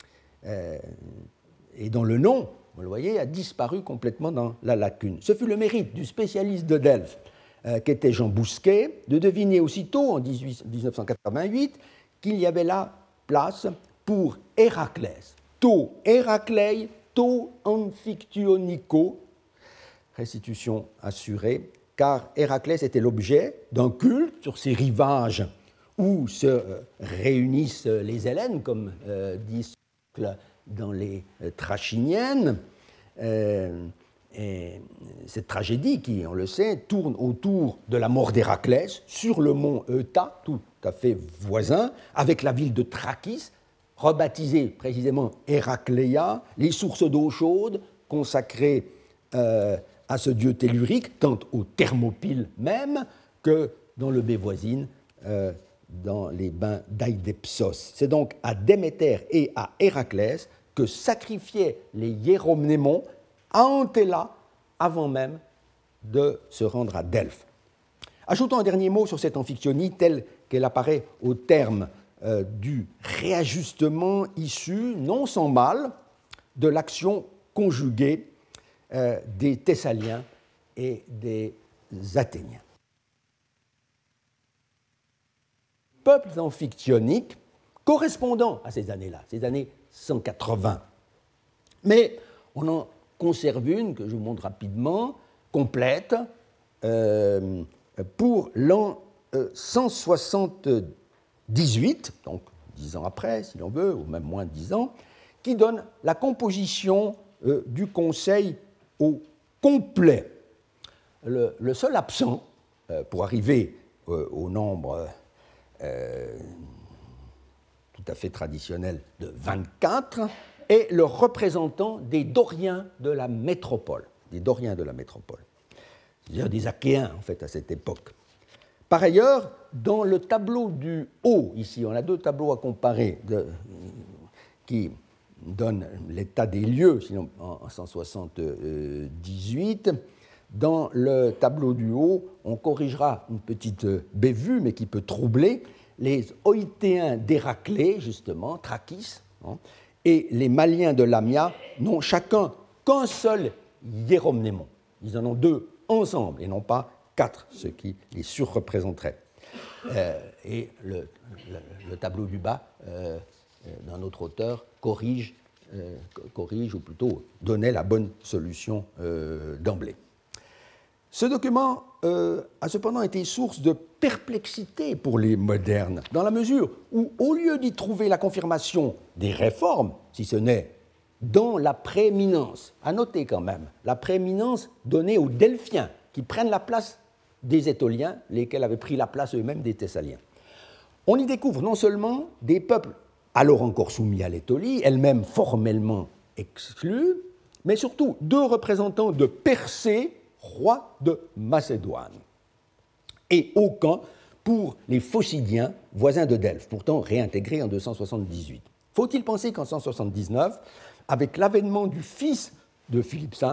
et dont le nom, vous le voyez, a disparu complètement dans la lacune. Ce fut le mérite du spécialiste de Delphes, qu'était Jean Bousquet, de deviner aussitôt, en 1988, qu'il y avait là place pour Héraclès. To Héraclei, to Amphictyonico, restitution assurée, car Héraclès était l'objet d'un culte sur ces rivages où se réunissent les Hellènes, comme dit Socle dans les Trachiniennes, cette tragédie, qui, on le sait, tourne autour de la mort d'Héraclès sur le mont Euta, tout à fait voisin, avec la ville de Trachis, rebaptisée précisément Héracléa, les sources d'eau chaude consacrées à ce dieu tellurique, tant aux Thermopyles même que dans le baie voisine, dans les bains d'Aïdepsos. C'est donc à Déméter et à Héraclès que sacrifiaient les hiéromnémons à Antéla avant même de se rendre à Delphes. Ajoutons un dernier mot sur cette amphiktyonie telle qu'elle apparaît au terme du réajustement issu, non sans mal, de l'action conjuguée des Thessaliens et des Athéniens. Peuples amphictyoniques correspondant à ces années-là, ces années 180. Mais on en conserve une que je vous montre rapidement, complète, pour l'an 178, donc 10 ans après, si l'on veut, ou même moins de 10 ans, qui donne la composition du Conseil au complet. Le seul absent, pour arriver au nombre tout à fait traditionnel de 24, est le représentant des Doriens de la métropole, c'est-à-dire des Achéens, en fait, à cette époque. Par ailleurs, dans le tableau du haut, ici, on a deux tableaux à comparer qui donnent l'état des lieux, sinon en 178. Dans le tableau du haut, on corrigera une petite bévue, mais qui peut troubler, les Oïtéens d'Héraclée, justement, Trachis, et les Maliens de Lamia n'ont chacun qu'un seul hiéromnémon. Ils en ont deux ensemble, et non pas quatre, ce qui les surreprésenterait. Et le tableau du bas, d'un autre auteur, corrige, ou plutôt donnait la bonne solution d'emblée. Ce document a cependant été source de perplexité pour les modernes, dans la mesure où, au lieu d'y trouver la confirmation des réformes, si ce n'est dans la prééminence, à noter quand même, la prééminence donnée aux Delphiens, qui prennent la place des Étoliens, lesquels avaient pris la place eux-mêmes des Thessaliens. On y découvre non seulement des peuples alors encore soumis à l'Étolie, elle-même formellement exclue, mais surtout deux représentants de Persée, roi de Macédoine, et aucun pour les Phocidiens, voisins de Delphes, pourtant réintégrés en 278. Faut-il penser qu'en 179, avec l'avènement du fils de Philippe V,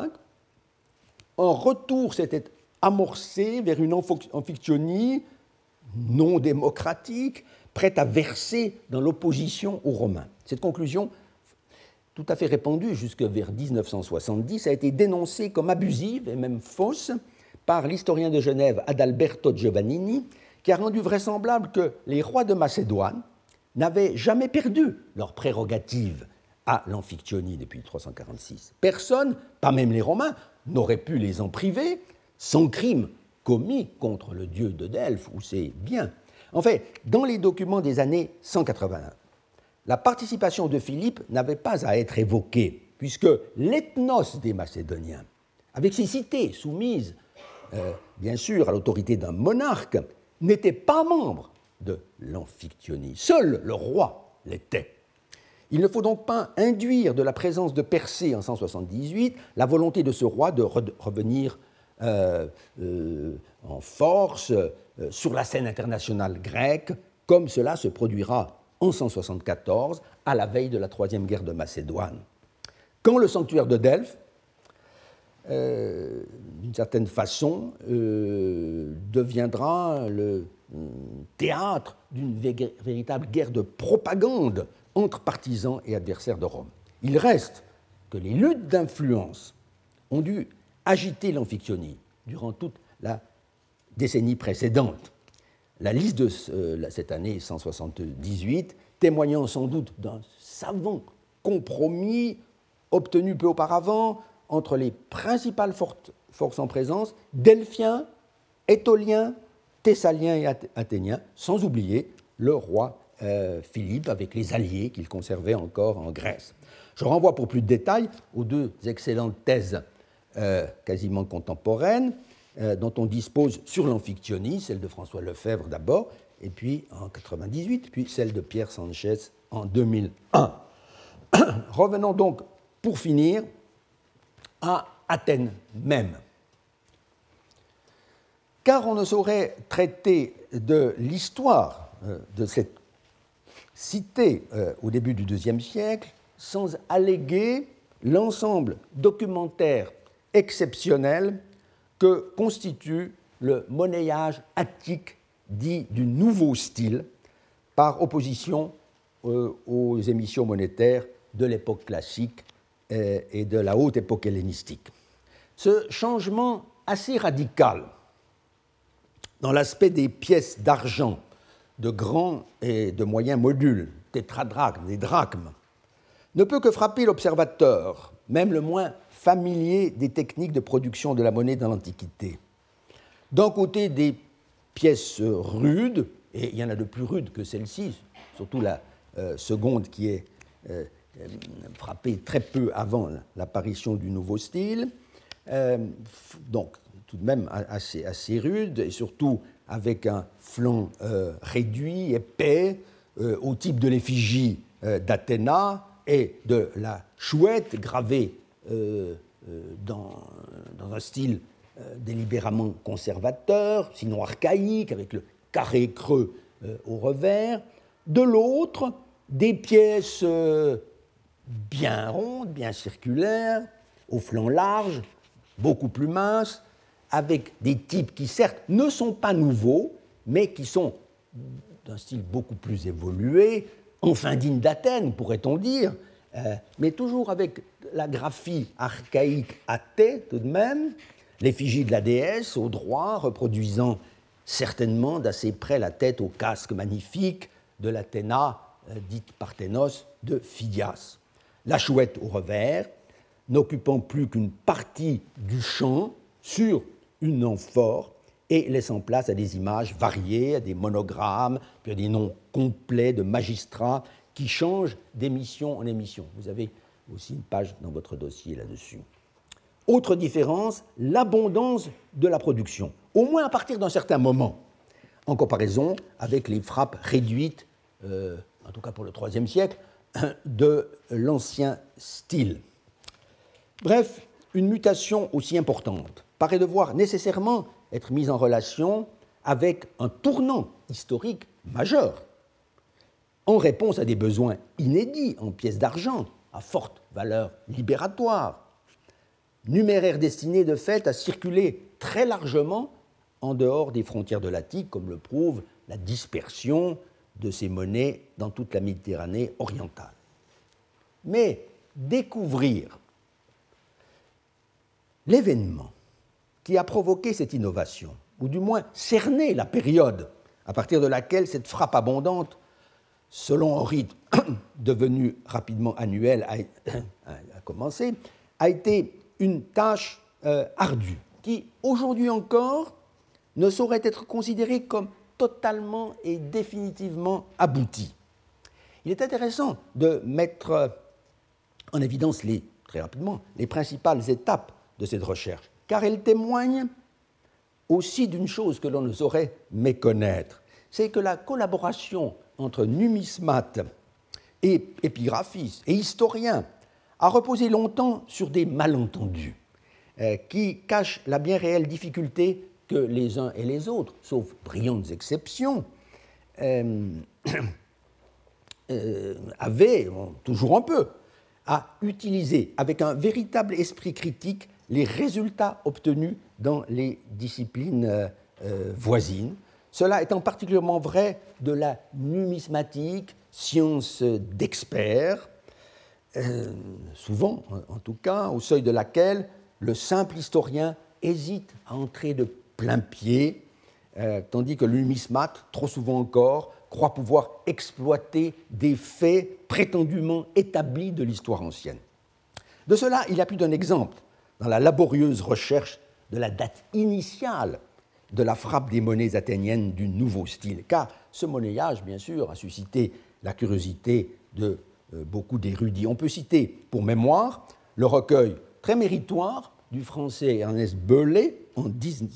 un retour s'était amorcé vers une amphictyonie non démocratique, prête à verser dans l'opposition aux Romains. Cette conclusion, tout à fait répandue jusque vers 1970, a été dénoncée comme abusive et même fausse par l'historien de Genève Adalberto Giovannini, qui a rendu vraisemblable que les rois de Macédoine n'avaient jamais perdu leur prérogative à l'amphictyonie depuis 346. Personne, pas même les Romains, n'aurait pu les en priver sans crime commis contre le dieu de Delphes ou ses biens. En fait, dans les documents des années 181, la participation de Philippe n'avait pas à être évoquée, puisque l'ethnos des Macédoniens, avec ses cités soumises, bien sûr, à l'autorité d'un monarque, n'était pas membre de l'amphictyonie. Seul le roi l'était. Il ne faut donc pas induire de la présence de Persée en 178 la volonté de ce roi de revenir en force sur la scène internationale grecque, comme cela se produira en 174, à la veille de la Troisième Guerre de Macédoine. Quand le sanctuaire de Delphes, d'une certaine façon, deviendra le théâtre d'une véritable guerre de propagande entre partisans et adversaires de Rome. Il reste que les luttes d'influence ont dû agiter l'amphictyonie durant toute la décennie précédente. La liste de cette année 178, témoignant sans doute d'un savant compromis obtenu peu auparavant entre les principales forces en présence, Delphiens, Étoliens, Thessaliens et Athéniens, sans oublier le roi Philippe avec les alliés qu'il conservait encore en Grèce. Je renvoie pour plus de détails aux deux excellentes thèses quasiment contemporaines, dont on dispose sur l'Amphiktyonie, celle de François Lefebvre d'abord, et puis en 1998, puis celle de Pierre Sanchez en 2001. Revenons donc, pour finir, à Athènes même. Car on ne saurait traiter de l'histoire de cette cité au début du IIe siècle sans alléguer l'ensemble documentaire exceptionnel que constitue le monnayage attique dit du nouveau style par opposition aux émissions monétaires de l'époque classique et de la haute époque hellénistique. Ce changement assez radical dans l'aspect des pièces d'argent de grands et de moyens modules, tétradrachmes, des drachmes, ne peut que frapper l'observateur, même le moins familier des techniques de production de la monnaie dans l'Antiquité. D'un côté, des pièces rudes, et il y en a de plus rudes que celle-ci, surtout la seconde qui est frappée très peu avant l'apparition du nouveau style, donc tout de même assez rude, et surtout avec un flanc réduit, épais, au type de l'effigie d'Athéna et de la chouette gravée dans un style délibérément conservateur, sinon archaïque, avec le carré creux au revers. De l'autre, des pièces bien rondes, bien circulaires, au flanc large, beaucoup plus minces, avec des types qui, certes, ne sont pas nouveaux, mais qui sont d'un style beaucoup plus évolué, enfin digne d'Athènes, pourrait-on dire, mais toujours avec la graphie archaïque athée, tout de même, l'effigie de la déesse au droit, reproduisant certainement d'assez près la tête au casque magnifique de l'Athéna, dite Parthénos, de Phidias. La chouette au revers, n'occupant plus qu'une partie du champ sur une amphore et laissant place à des images variées, à des monogrammes, puis à des noms complets de magistrats qui changent d'émission en émission. Vous avez aussi une page dans votre dossier là-dessus. Autre différence, l'abondance de la production, au moins à partir d'un certain moment, en comparaison avec les frappes réduites, en tout cas pour le IIIe siècle, de l'ancien style. Bref, une mutation aussi importante paraît devoir nécessairement être mise en relation avec un tournant historique majeur, en réponse à des besoins inédits en pièces d'argent à forte valeur libératoire, numéraires destinés de fait à circuler très largement en dehors des frontières de l'Attique, comme le prouve la dispersion de ces monnaies dans toute la Méditerranée orientale. Mais découvrir l'événement qui a provoqué cette innovation, ou du moins cerner la période à partir de laquelle cette frappe abondante, selon un rythme devenu rapidement annuel, a commencé, a été une tâche ardue, qui, aujourd'hui encore, ne saurait être considérée comme totalement et définitivement aboutie. Il est intéressant de mettre en évidence très rapidement les principales étapes de cette recherche, car elles témoignent aussi d'une chose que l'on ne saurait méconnaître, c'est que la collaboration entre numismates et épigraphistes et historiens a reposé longtemps sur des malentendus qui cachent la bien réelle difficulté que les uns et les autres, sauf brillantes exceptions, avaient, toujours un peu, à utiliser avec un véritable esprit critique les résultats obtenus dans les disciplines voisines. Cela étant particulièrement vrai de la numismatique, science d'experts, souvent en tout cas, au seuil de laquelle le simple historien hésite à entrer de plein pied, tandis que le numismate, trop souvent encore, croit pouvoir exploiter des faits prétendument établis de l'histoire ancienne. De cela, il y a plus d'un exemple dans la laborieuse recherche de la date initiale de la frappe des monnaies athéniennes du nouveau style, car ce monnayage, bien sûr, a suscité la curiosité de beaucoup d'érudits. On peut citer, pour mémoire, le recueil très méritoire du français Ernest Belay en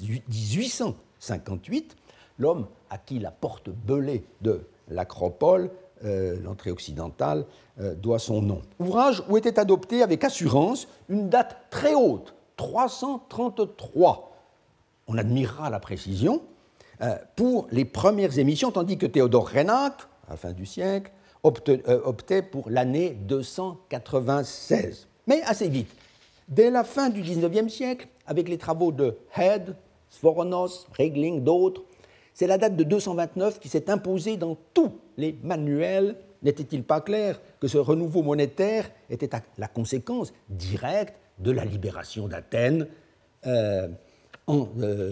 1858, l'homme à qui la porte Belay de l'Acropole, l'entrée occidentale, doit son nom. Ouvrage où était adopté avec assurance une date très haute, 333. On admirera la précision pour les premières émissions, tandis que Théodore Reinach, à la fin du siècle, optait pour l'année 296. Mais assez vite, dès la fin du XIXe siècle, avec les travaux de Head, Svoronos, Regling, d'autres, c'est la date de 229 qui s'est imposée dans tous les manuels. N'était-il pas clair que ce renouveau monétaire était la conséquence directe de la libération d'Athènes en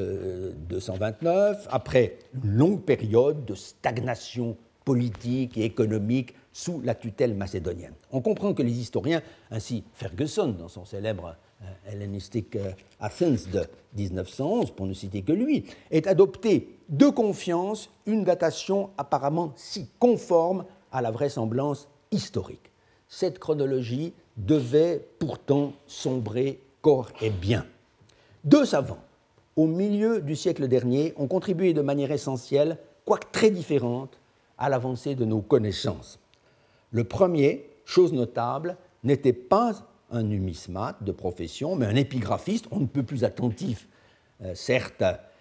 229, après une longue période de stagnation politique et économique sous la tutelle macédonienne. On comprend que les historiens, ainsi Ferguson dans son célèbre Hellenistic Athens de 1911, pour ne citer que lui, ait adopté de confiance une datation apparemment si conforme à la vraisemblance historique. Cette chronologie devait pourtant sombrer corps et bien. Deux savants, au milieu du siècle dernier, ont contribué de manière essentielle, quoique très différente, à l'avancée de nos connaissances. Le premier, chose notable, n'était pas un numismate de profession, mais un épigraphiste, on ne peut plus attentif, certes,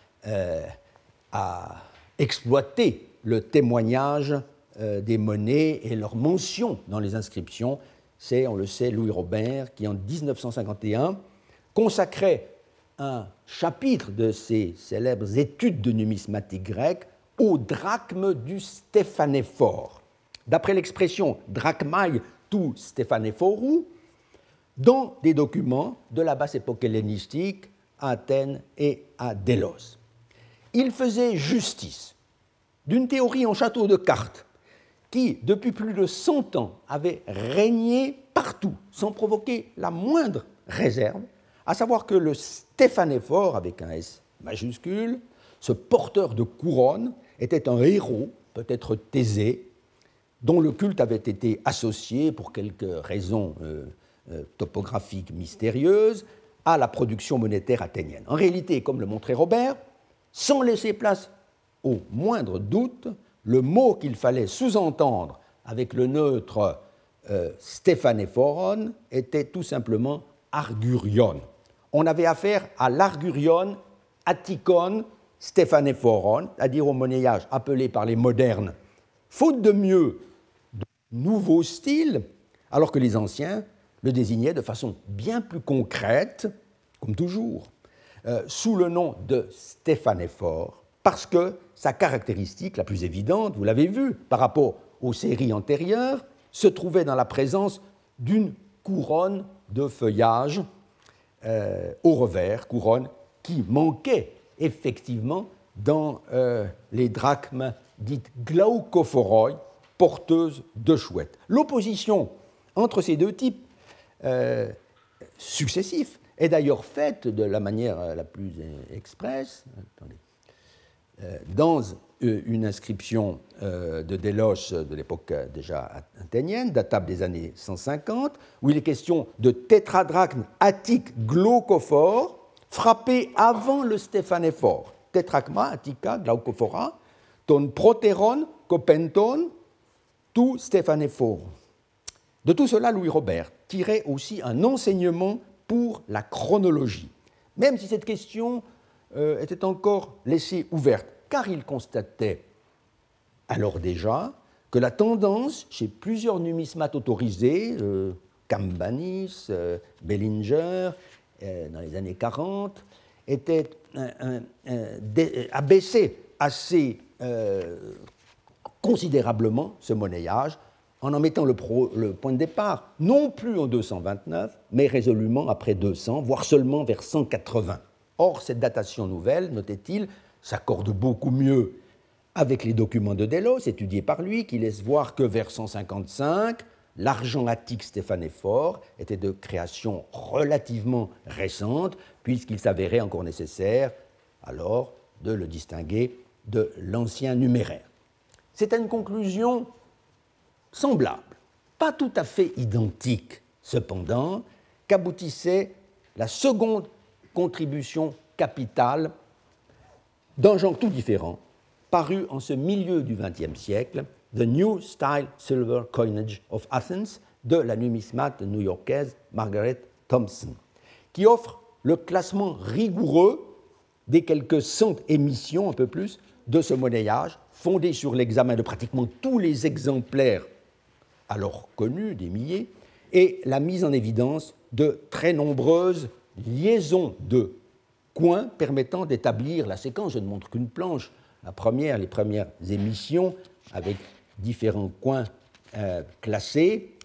à exploiter le témoignage des monnaies et leur mention dans les inscriptions. C'est, on le sait, Louis Robert qui, en 1951, consacrait un chapitre de ses célèbres études de numismatique grecque au drachme du Stéphanéphore. D'après l'expression drachmai tou Stéphanéphorou, dans des documents de la basse époque hellénistique à Athènes et à Délos. Il faisait justice d'une théorie en château de cartes qui, depuis plus de 100 ans, avait régné partout, sans provoquer la moindre réserve, à savoir que le Stéphanéphore, avec un S majuscule, ce porteur de couronne, était un héros, peut-être Thésée, dont le culte avait été associé, pour quelques raisons topographiques mystérieuses, à la production monétaire athénienne. En réalité, comme le montrait Robert, sans laisser place au moindre doute, le mot qu'il fallait sous-entendre avec le neutre Stéphanéphoron était tout simplement argurion. On avait affaire à l'argurion atticon Stéphanéphoron, c'est-à-dire au monnayage appelé par les modernes, faute de mieux, de nouveau style, alors que les anciens le désignaient de façon bien plus concrète, comme toujours, sous le nom de Stéphanéphore, parce que sa caractéristique la plus évidente, vous l'avez vu, par rapport aux séries antérieures, se trouvait dans la présence d'une couronne de feuillage au revers, couronne qui manquait effectivement dans les drachmes dites glaucophoroi, porteuses de chouettes. L'opposition entre ces deux types successifs est d'ailleurs faite de la manière la plus expresse. Dans une inscription de Délos de l'époque déjà athénienne, datable des années 150, où il est question de tétradrachme attique glaucophore, frappé avant le Stéphanéphore. Tétrachma, attica, glaucophora, ton protéron, copenton, tout Stéphanéphore. De tout cela, Louis Robert tirait aussi un enseignement pour la chronologie, même si cette question était encore laissée ouverte, car il constatait alors déjà que la tendance chez plusieurs numismates autorisés, Cambanis, Bellinger, dans les années 40, était à baisser assez considérablement ce monnayage, en mettant le point de départ, non plus en 229, mais résolument après 200, voire seulement vers 180. Or, cette datation nouvelle, notait-il, s'accorde beaucoup mieux avec les documents de Délos, étudiés par lui, qui laissent voir que vers 155, l'argent attique stéphanéphore était de création relativement récente, puisqu'il s'avérait encore nécessaire, alors, de le distinguer de l'ancien numéraire. C'est une conclusion semblable, pas tout à fait identique, cependant, qu'aboutissait la seconde contribution capitale d'un genre tout différent, paru en ce milieu du XXe siècle, The New Style Silver Coinage of Athens, de la numismate new-yorkaise Margaret Thompson, qui offre le classement rigoureux des quelques 100 émissions, un peu plus, de ce monnayage, fondé sur l'examen de pratiquement tous les exemplaires alors connus, des milliers, et la mise en évidence de très nombreuses liaisons de coins permettant d'établir la séquence. Je ne montre qu'une planche. Les premières émissions, avec différents coins classés,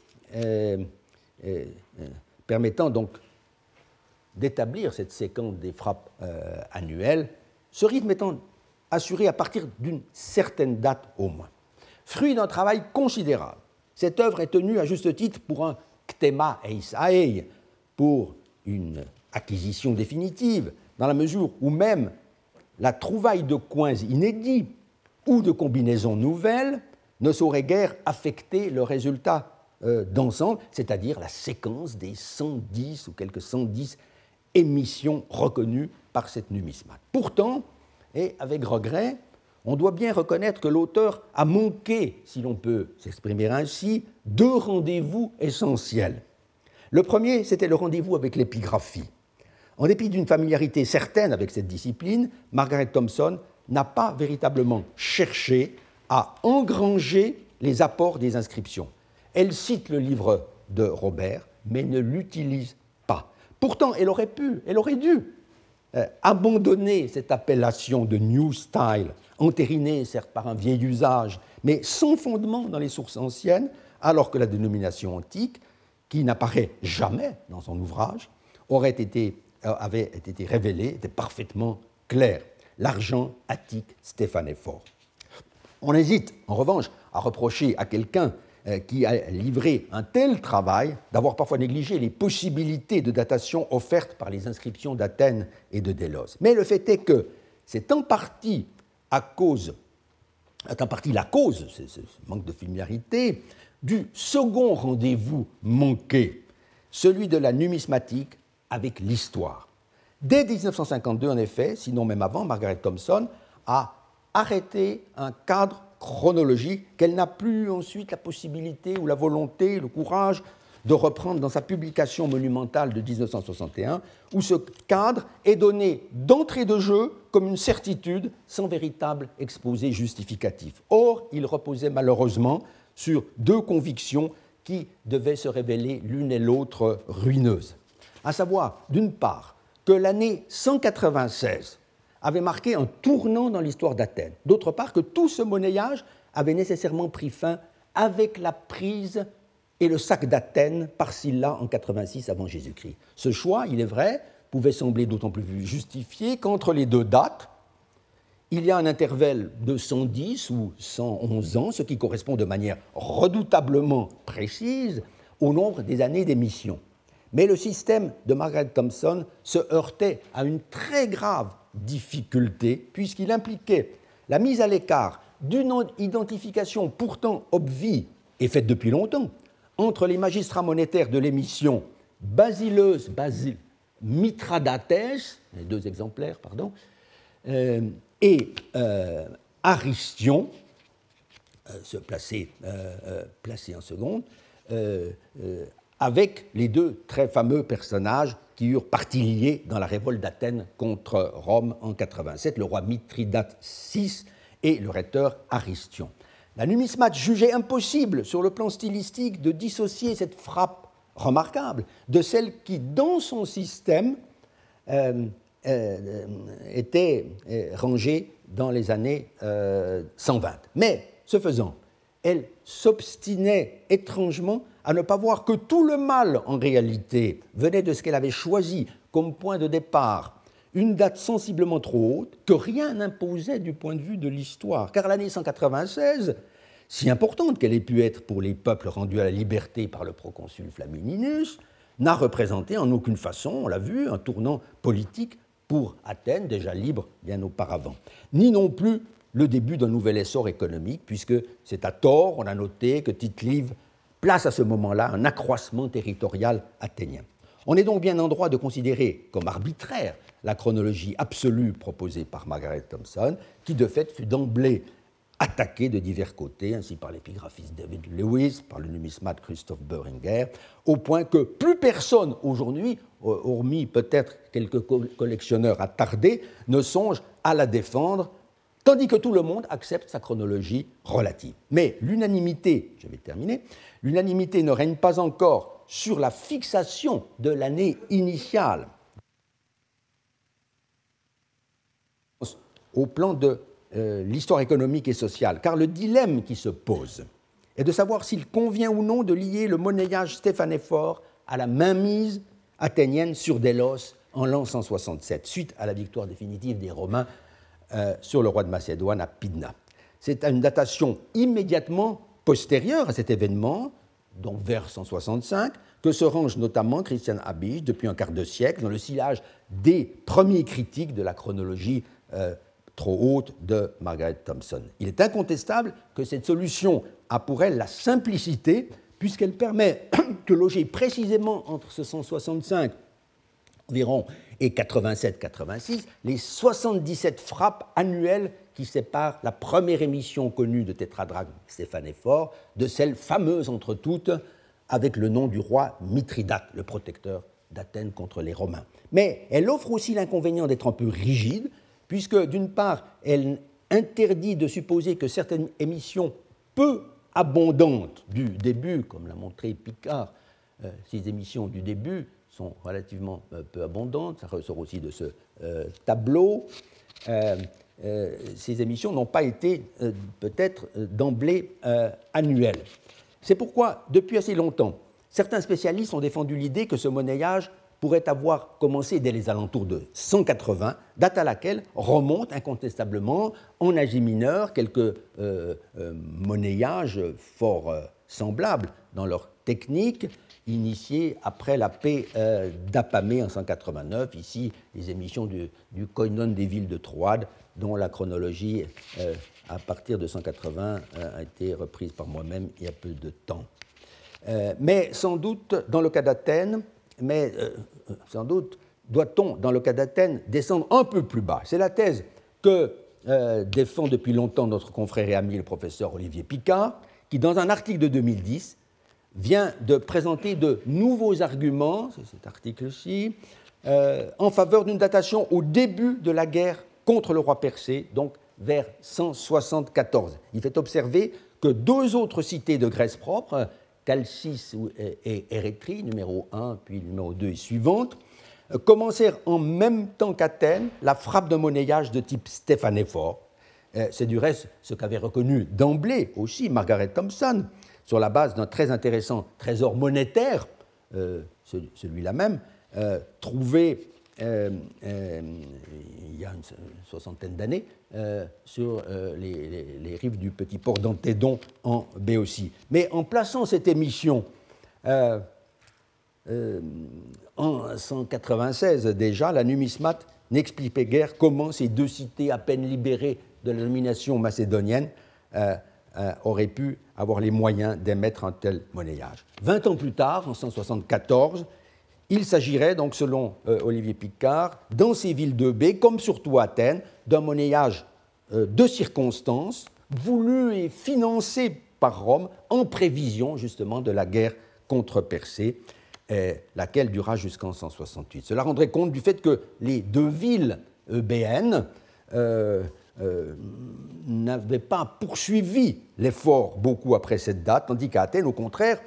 permettant donc d'établir cette séquence des frappes annuelles, ce rythme étant assuré à partir d'une certaine date au moins. Fruit d'un travail considérable, cette œuvre est tenue à juste titre pour un ktema eis aei, pour une acquisition définitive, dans la mesure où même la trouvaille de coins inédits ou de combinaisons nouvelles ne saurait guère affecter le résultat d'ensemble, c'est-à-dire la séquence des 110 ou quelques 110 émissions reconnues par cette numismate. Pourtant, et avec regret, on doit bien reconnaître que l'auteur a manqué, si l'on peut s'exprimer ainsi, deux rendez-vous essentiels. Le premier, c'était le rendez-vous avec l'épigraphie. En dépit d'une familiarité certaine avec cette discipline, Margaret Thompson n'a pas véritablement cherché à engranger les apports des inscriptions. Elle cite le livre de Robert, mais ne l'utilise pas. Pourtant, elle aurait dû abandonner cette appellation de New Style, entérinée certes par un vieil usage, mais sans fondement dans les sources anciennes, alors que la dénomination antique, qui n'apparaît jamais dans son ouvrage, avait été révélée, était parfaitement claire. L'argent attique stéphanéphore. On hésite, en revanche, à reprocher à quelqu'un qui a livré un tel travail d'avoir parfois négligé les possibilités de datation offertes par les inscriptions d'Athènes et de Délos. Mais le fait est que c'est en partie la cause, ce manque de familiarité, du second rendez-vous manqué, celui de la numismatique avec l'histoire. Dès 1952, en effet, sinon même avant, Margaret Thompson a arrêté un cadre chronologique qu'elle n'a plus ensuite la possibilité ou la volonté, le courage de reprendre dans sa publication monumentale de 1961, où ce cadre est donné d'entrée de jeu comme une certitude sans véritable exposé justificatif. Or, il reposait malheureusement sur deux convictions qui devaient se révéler l'une et l'autre ruineuses. À savoir, d'une part, que l'année 196 avait marqué un tournant dans l'histoire d'Athènes. D'autre part, que tout ce monnayage avait nécessairement pris fin avec la prise et le sac d'Athènes par Sylla en 86 avant Jésus-Christ. Ce choix, il est vrai, pouvait sembler d'autant plus justifié qu'entre les deux dates, il y a un intervalle de 110 ou 111 ans, ce qui correspond de manière redoutablement précise au nombre des années d'émission. Mais le système de Margaret Thompson se heurtait à une très grave difficulté, puisqu'il impliquait la mise à l'écart d'une identification pourtant obvie et faite depuis longtemps entre les magistrats monétaires de l'émission Basileus Mithridates, les deux exemplaires, et Aristion, placé en seconde, avec les deux très fameux personnages qui eurent partie liée dans la révolte d'Athènes contre Rome en 87, le roi Mithridate VI et le rhéteur Aristion. La numismate jugeait impossible, sur le plan stylistique, de dissocier cette frappe remarquable de celle qui, dans son système, était rangée dans les années 120. Mais, ce faisant, elle s'obstinait étrangement à ne pas voir que tout le mal, en réalité, venait de ce qu'elle avait choisi comme point de départ, une date sensiblement trop haute, que rien n'imposait du point de vue de l'histoire. Car l'année 196, si importante qu'elle ait pu être pour les peuples rendus à la liberté par le proconsul Flamininus, n'a représenté en aucune façon, on l'a vu, un tournant politique pour Athènes, déjà libre bien auparavant, ni non plus le début d'un nouvel essor économique, puisque c'est à tort, on a noté que Tite-Live place à ce moment-là un accroissement territorial athénien. On est donc bien en droit de considérer comme arbitraire la chronologie absolue proposée par Margaret Thompson, qui de fait fut d'emblée attaquée de divers côtés, ainsi par l'épigraphiste David Lewis, par le numismate Christoph Boehringer, au point que plus personne aujourd'hui, hormis peut-être quelques collectionneurs attardés, ne songe à la défendre, tandis que tout le monde accepte sa chronologie relative. Mais l'unanimité, je vais terminer, l'unanimité ne règne pas encore sur la fixation de l'année initiale au plan de l'histoire économique et sociale, car le dilemme qui se pose est de savoir s'il convient ou non de lier le monnayage stéphanéphore à la mainmise athénienne sur Délos en l'an 167, suite à la victoire définitive des Romains sur le roi de Macédoine à Pydna. C'est à une datation immédiatement postérieure à cet événement, donc vers 165, que se range notamment Christian Habicht depuis un quart de siècle dans le sillage des premiers critiques de la chronologie trop haute de Margaret Thompson. Il est incontestable que cette solution a pour elle la simplicité, puisqu'elle permet de loger précisément entre ce 165 environ et 87-86 les 77 frappes annuelles qui séparent la première émission connue de tétradrachme stéphanéphore de celle fameuse entre toutes avec le nom du roi Mithridate, le protecteur d'Athènes contre les Romains. Mais elle offre aussi l'inconvénient d'être un peu rigide, puisque d'une part, elle interdit de supposer que certaines émissions peu abondantes du début, comme l'a montré Picard, ces émissions du début sont relativement peu abondantes, ça ressort aussi de ce tableau. Ces émissions n'ont pas été peut-être d'emblée annuelles. C'est pourquoi, depuis assez longtemps, certains spécialistes ont défendu l'idée que ce monnayage pourrait avoir commencé dès les alentours de 180, date à laquelle remontent incontestablement en Asie mineure quelques monnayages fort semblables dans leur technique, initiés après la paix d'Apamée en 189, ici les émissions du koinon des villes de Troade, dont la chronologie à partir de 180 a été reprise par moi-même il y a peu de temps. Mais sans doute, dans le cas d'Athènes, sans doute, doit-on, dans le cas d'Athènes, descendre un peu plus bas. C'est la thèse que défend depuis longtemps notre confrère et ami, le professeur Olivier Picard, qui, dans un article de 2010, vient de présenter de nouveaux arguments, c'est cet article-ci, en faveur d'une datation au début de la guerre contre le roi Persée, donc vers 174. Il fait observer que deux autres cités de Grèce propre, Chalcis et Érétrie, numéro 1, puis numéro 2 et suivantes, commencèrent en même temps qu'Athènes la frappe de monnayage de type stéphanéphore. C'est du reste ce qu'avait reconnu d'emblée aussi Margaret Thompson, sur la base d'un très intéressant trésor monétaire, celui-là même, trouvé il y a une soixantaine d'années sur les rives du petit port d'Antédon en Béotie. Mais en plaçant cette émission en 196 déjà, la numismate n'expliquait guère comment ces deux cités à peine libérées de la domination macédonienne auraient pu avoir les moyens d'émettre un tel monnayage. 20 ans plus tard, en 174, il s'agirait donc, selon Olivier Picard, dans ces villes de baie, comme surtout Athènes, d'un monnayage de circonstances, voulu et financé par Rome en prévision justement de la guerre contre Persée, laquelle dura jusqu'en 168. Cela rendrait compte du fait que les deux villes eubéennes n'avaient pas poursuivi l'effort beaucoup après cette date, tandis qu'à Athènes, au contraire,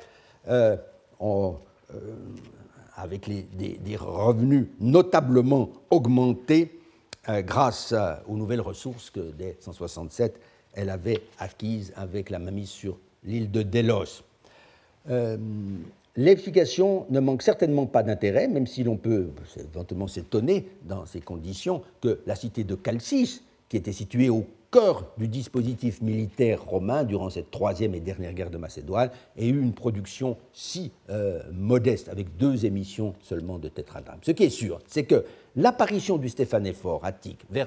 avec des revenus notablement augmentés grâce aux nouvelles ressources que, dès 167, elle avait acquises avec la mainmise sur l'île de Délos. L'explication ne manque certainement pas d'intérêt, même si l'on peut éventuellement s'étonner dans ces conditions que la cité de Chalcis, qui était située au cœur du dispositif militaire romain durant cette troisième et dernière guerre de Macédoine, ait eu une production si modeste, avec 2 émissions seulement de tétradrachme. Ce qui est sûr, c'est que l'apparition du stéphanéphore attique vers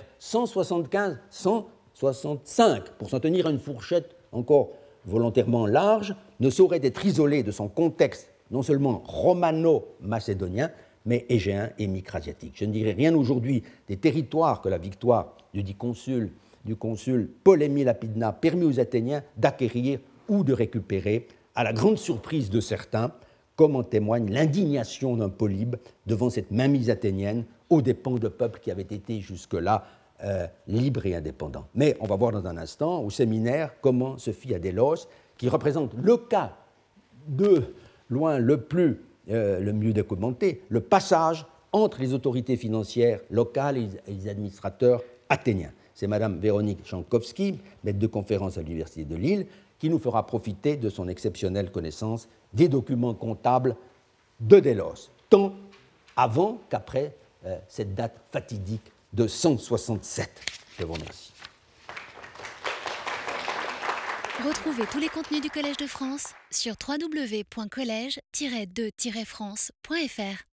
175-165, pour s'en tenir à une fourchette encore volontairement large, ne saurait être isolée de son contexte non seulement romano-macédonien, mais égéen et micrasiatique. Je ne dirai rien aujourd'hui des territoires que la victoire du consul Polémie Lapidna permit aux Athéniens d'acquérir ou de récupérer, à la grande surprise de certains, comme en témoigne l'indignation d'un Polybe devant cette mainmise athénienne aux dépens de peuples qui avaient été jusque-là libres et indépendants. Mais on va voir dans un instant, au séminaire, comment se fit à Délos, qui représente le cas de loin le mieux documenté, le passage entre les autorités financières locales et les administrateurs athéniens. C'est Mme Véronique Jankowski, maître de conférence à l'Université de Lille, qui nous fera profiter de son exceptionnelle connaissance des documents comptables de Délos, tant avant qu'après cette date fatidique de 167. Je vous remercie. Retrouvez tous les contenus du Collège de France sur www.collège-2-france.fr.